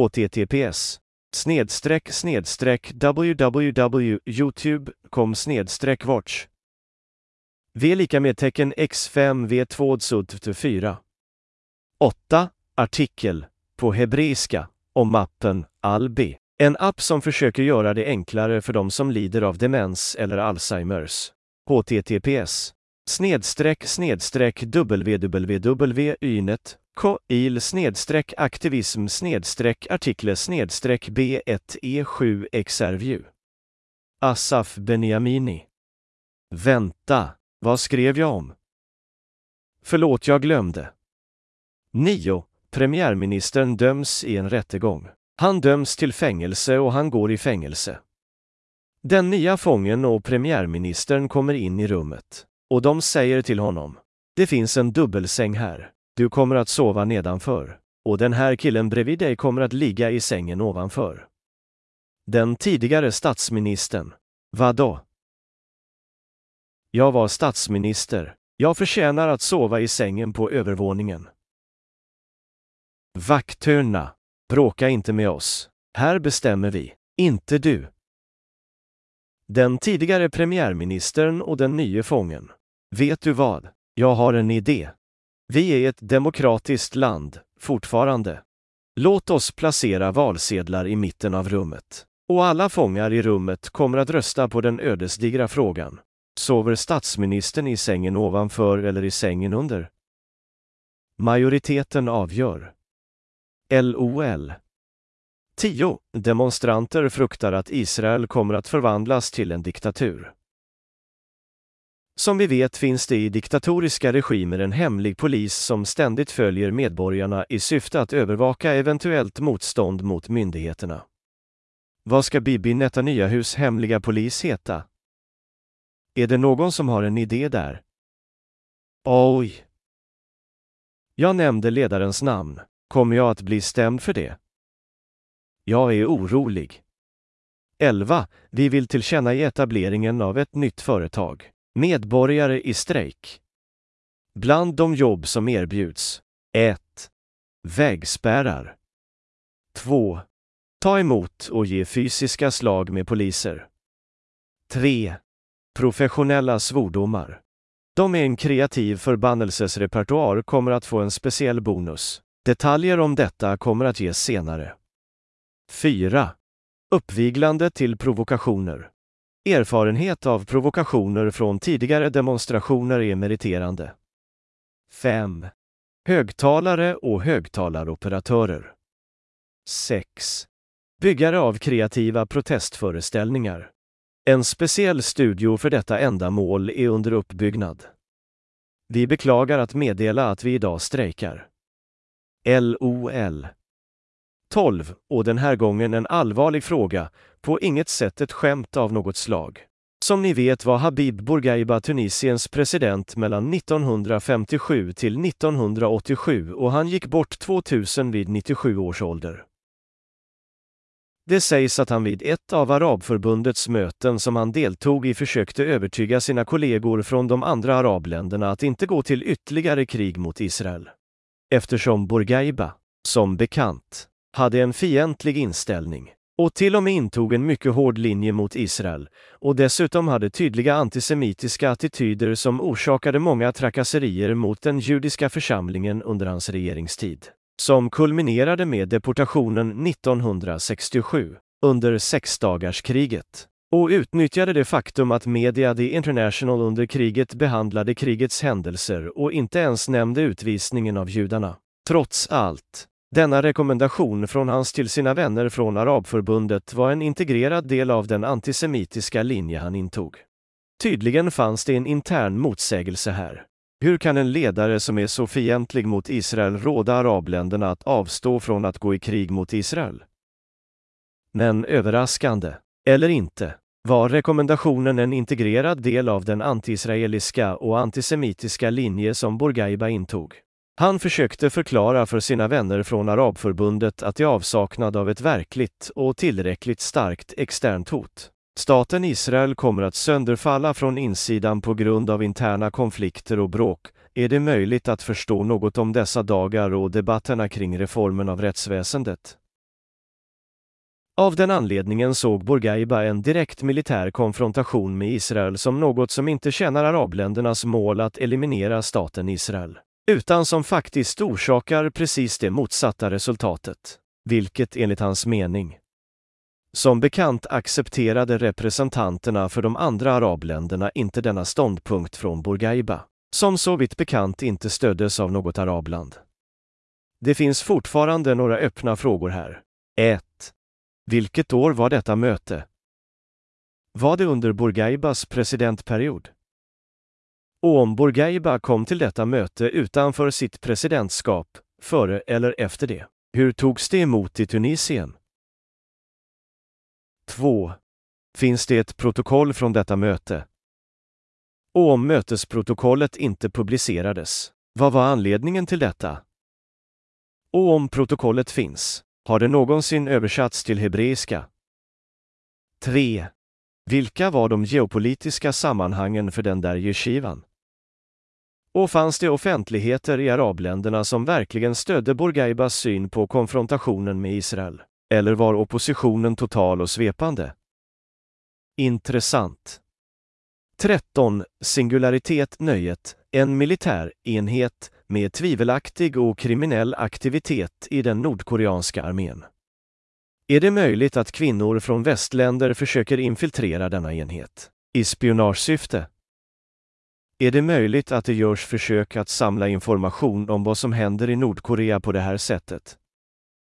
https://www.youtube.com/watch. V lika med tecken x5 v2 sud 4. 8. Artikel, på hebreiska, om appen Albi. En app som försöker göra det enklare för de som lider av demens eller Alzheimers. https://www.coil-aktivism-artikle-b1e7xrview. Asaf Beniamini. Vänta, vad skrev jag om? Förlåt, jag glömde. 9. Premiärministern döms i en rättegång. Han döms till fängelse och han går i fängelse. Den nya fången och premiärministern kommer in i rummet. Och de säger till honom: det finns en dubbelsäng här. Du kommer att sova nedanför. Och den här killen bredvid dig kommer att ligga i sängen ovanför. Den tidigare statsministern. Vadå? Jag var statsminister. Jag förtjänar att sova i sängen på övervåningen. Vakthörna. Bråka inte med oss. Här bestämmer vi. Inte du. Den tidigare premiärministern och den nya fången. Vet du vad? Jag har en idé. Vi är ett demokratiskt land, fortfarande. Låt oss placera valsedlar i mitten av rummet. Och alla fångar i rummet kommer att rösta på den ödesdigra frågan. Sover statsministern i sängen ovanför eller i sängen under? Majoriteten avgör. LOL. 10. Demonstranter fruktar att Israel kommer att förvandlas till en diktatur. Som vi vet finns det i diktatoriska regimer en hemlig polis som ständigt följer medborgarna i syfte att övervaka eventuellt motstånd mot myndigheterna. Vad ska Bibi Netanyahus hemliga polis heta? Är det någon som har en idé där? Oj! Jag nämnde ledarens namn. Kommer jag att bli stämd för det? Jag är orolig. 11. Vi vill tillkännage etableringen av ett nytt företag. Medborgare i strejk. Bland de jobb som erbjuds. 1. Vägspärrar. 2. Ta emot och ge fysiska slag med poliser. 3. Professionella svordomar. De med en kreativ förbannelsesrepertoar kommer att få en speciell bonus. Detaljer om detta kommer att ges senare. 4. Uppviglande till provokationer. Erfarenhet av provokationer från tidigare demonstrationer är meriterande. 5. Högtalare och högtalaroperatörer. 6. Byggare av kreativa protestföreställningar. En speciell studio för detta ändamål är under uppbyggnad. Vi beklagar att meddela att vi idag strejkar. LOL. 12. Och den här gången en allvarlig fråga, på inget sätt ett skämt av något slag. Som ni vet var Habib Bourguiba Tunisiens president mellan 1957 till 1987 och han gick bort 2000 vid 97 års ålder. Det sägs att han vid ett av Arabförbundets möten som han deltog i försökte övertyga sina kollegor från de andra arabländerna att inte gå till ytterligare krig mot Israel. Eftersom Bourguiba, som bekant, hade en fientlig inställning och till och med intog en mycket hård linje mot Israel och dessutom hade tydliga antisemitiska attityder som orsakade många trakasserier mot den judiska församlingen under hans regeringstid, som kulminerade med deportationen 1967 under sexdagarskriget och utnyttjade det faktum att media The International under kriget behandlade krigets händelser och inte ens nämnde utvisningen av judarna. Trots allt, denna rekommendation från hans till sina vänner från Arabförbundet var en integrerad del av den antisemitiska linje han intog. Tydligen fanns det en intern motsägelse här. Hur kan en ledare som är så fientlig mot Israel råda arabländerna att avstå från att gå i krig mot Israel? Men överraskande, eller inte, var rekommendationen en integrerad del av den anti-israeliska och antisemitiska linje som Bourguiba intog. Han försökte förklara för sina vänner från Arabförbundet att i avsaknad av ett verkligt och tillräckligt starkt externt hot, staten Israel kommer att sönderfalla från insidan på grund av interna konflikter och bråk, är det möjligt att förstå något om dessa dagar och debatterna kring reformen av rättsväsendet. Av den anledningen såg Bourguiba en direkt militär konfrontation med Israel som något som inte tjänar arabländernas mål att eliminera staten Israel, utan som faktiskt orsakar precis det motsatta resultatet, vilket enligt hans mening. Som bekant accepterade representanterna för de andra arabländerna inte denna ståndpunkt från Bourguiba, som så vitt bekant inte stöddes av något arabland. Det finns fortfarande några öppna frågor här. 1. Vilket år var detta möte? Var det under Bourguibas presidentperiod? Och om Bourguiba kom till detta möte utanför sitt presidentskap, före eller efter det, hur togs det emot i Tunisien? 2. Finns det ett protokoll från detta möte? Och om mötesprotokollet inte publicerades, vad var anledningen till detta? Och om protokollet finns, har det någonsin översatts till hebreiska? 3. Vilka var de geopolitiska sammanhangen för den där yeshivan? Och fanns det offentligheter i arabländerna som verkligen stödde Bourguibas syn på konfrontationen med Israel? Eller var oppositionen total och svepande? Intressant. 13. Singularitet nöjet, en militär enhet med tvivelaktig och kriminell aktivitet i den nordkoreanska armén. Är det möjligt att kvinnor från västländer försöker infiltrera denna enhet i spionagesyfte? Är det möjligt att det görs försök att samla information om vad som händer i Nordkorea på det här sättet?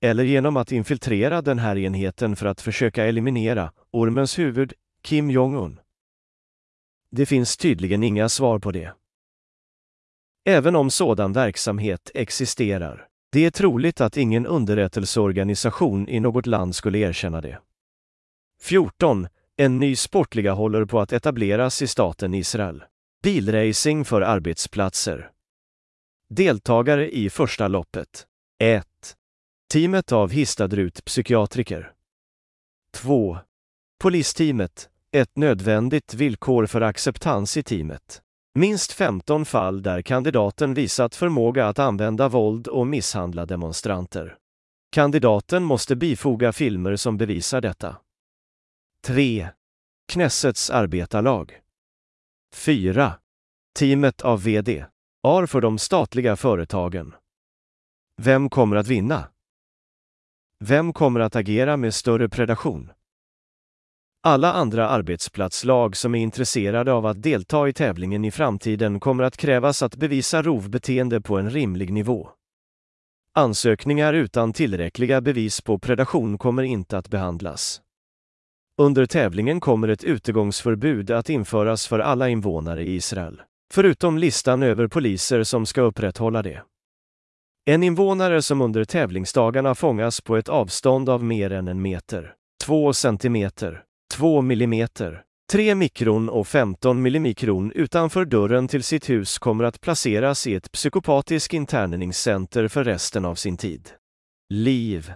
eller genom att infiltrera den här enheten för att försöka eliminera ormens huvud, Kim Jong-un? Det finns tydligen inga svar på det. Även om sådan verksamhet existerar, det är troligt att ingen underrättelseorganisation i något land skulle erkänna det. 14. En ny sportliga håller på att etableras i staten Israel. Bilracing för arbetsplatser. Deltagare i första loppet. 1. Teamet av Histadrut psykiatriker. 2. Polisteamet, ett nödvändigt villkor för acceptans i teamet. Minst 15 fall där kandidaten visat förmåga att använda våld och misshandla demonstranter. Kandidaten måste bifoga filmer som bevisar detta. 3. Knessets arbetarlag. 4. Teamet av VD-ar för de statliga företagen. Vem kommer att vinna? Vem kommer att agera med större predation? Alla andra arbetsplatslag som är intresserade av att delta i tävlingen i framtiden kommer att krävas att bevisa rovbeteende på en rimlig nivå. Ansökningar utan tillräckliga bevis på predation kommer inte att behandlas. Under tävlingen kommer ett utegångsförbud att införas för alla invånare i Israel, förutom listan över poliser som ska upprätthålla det. En invånare som under tävlingsdagarna fångas på ett avstånd av mer än 1 meter, 2 centimeter, 2 millimeter, 3 mikron och 15 millimikron utanför dörren till sitt hus kommer att placeras i ett psykopatisk interneringscenter för resten av sin tid. Liv.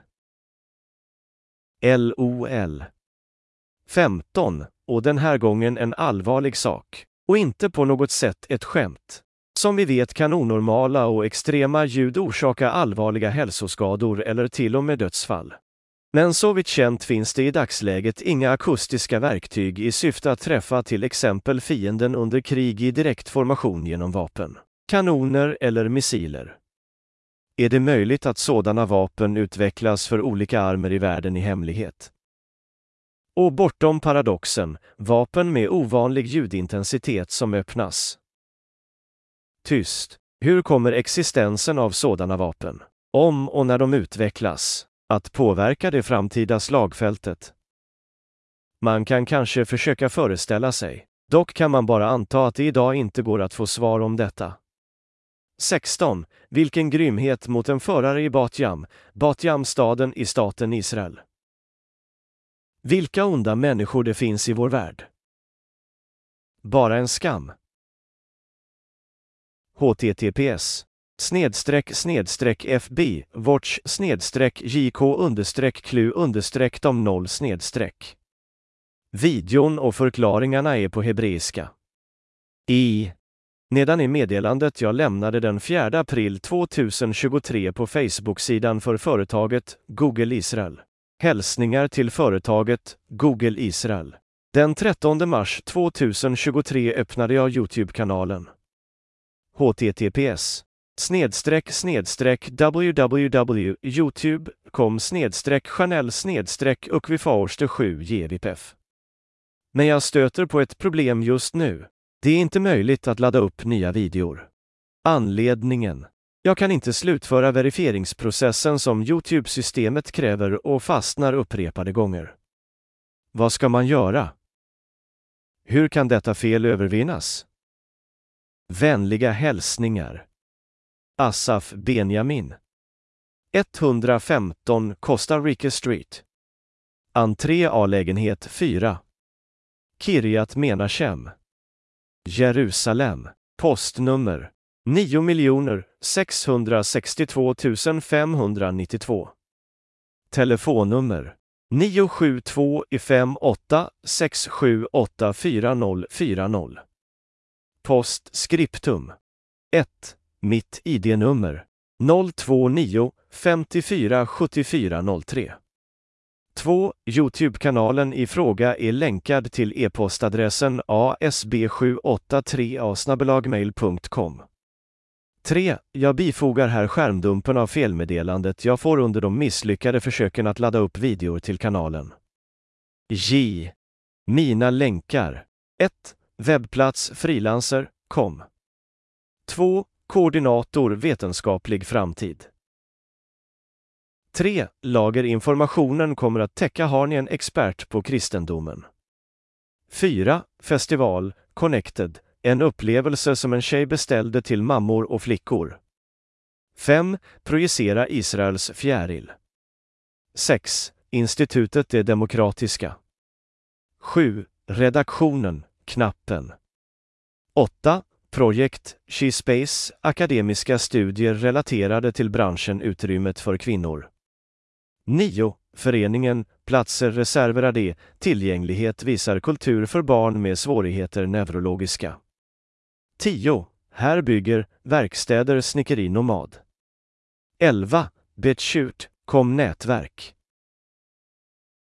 LOL. 15. Och den här gången en allvarlig sak. Och inte på något sätt ett skämt. Som vi vet kan onormala och extrema ljud orsaka allvarliga hälsoskador eller till och med dödsfall. Men så vitt känt finns det i dagsläget inga akustiska verktyg i syfte att träffa till exempel fienden under krig i direkt formation genom vapen, kanoner eller missiler. Är det möjligt att sådana vapen utvecklas för olika armer i världen i hemlighet? Och bortom paradoxen, vapen med ovanlig ljudintensitet som öppnas. Tyst. Hur kommer existensen av sådana vapen, om och när de utvecklas, att påverka det framtida slagfältet? Man kan kanske försöka föreställa sig, dock kan man bara anta att det idag inte går att få svar om detta. 16. Vilken grymhet mot en förare i Bat-Jam-staden i staten Israel. Vilka onda människor det finns i vår värld. Bara en skam. https://fb watch jk_klu_dom0-. Videon och förklaringarna är på hebreiska. Nedan är meddelandet jag lämnade den 4 april 2023 på Facebook-sidan för företaget Google Israel. Hälsningar till företaget Google Israel. Den 13 mars 2023 öppnade jag YouTube-kanalen. https://www.youtube.com/channel/ukvifaorste7jvpf. Men jag stöter på ett problem just nu. Det är inte möjligt att ladda upp nya videor. Anledningen: jag kan inte slutföra verifieringsprocessen som YouTube-systemet kräver och fastnar upprepade gånger. Vad ska man göra? Hur kan detta fel övervinnas? Vänliga hälsningar. Asaf Benjamin. 115 Costa Rica Street. Entré A-lägenhet 4. Kiryat Menachem. Jerusalem. Postnummer 9 662 592. Telefonnummer 972 58 678 4040. Postskriptum 1. Mitt ID-nummer 029 54 74 03. 2. YouTube-kanalen i fråga är länkad till e-postadressen asb783@mail.com. 3. Jag bifogar här skärmdumpen av felmeddelandet jag får under de misslyckade försöken att ladda upp videor till kanalen. Mina länkar. 1. Webbplats freelancer.com. 2. Koordinator vetenskaplig framtid. 3. Lagerinformationen kommer att täcka. Har ni en expert på kristendomen? 4. Festival, Connected, en upplevelse som en tjej beställde till mammor och flickor. 5. Projicera Israels fjäril. 6. Institutet det demokratiska. 7. Redaktionen, knappen. 8. Projekt SheSpace, akademiska studier relaterade till branschen utrymmet för kvinnor. 9. Föreningen, platser reserverade, tillgänglighet visar kultur för barn med svårigheter neurologiska. 10. Här bygger, verkstäder snickeri nomad. 11. BitChute, kom nätverk.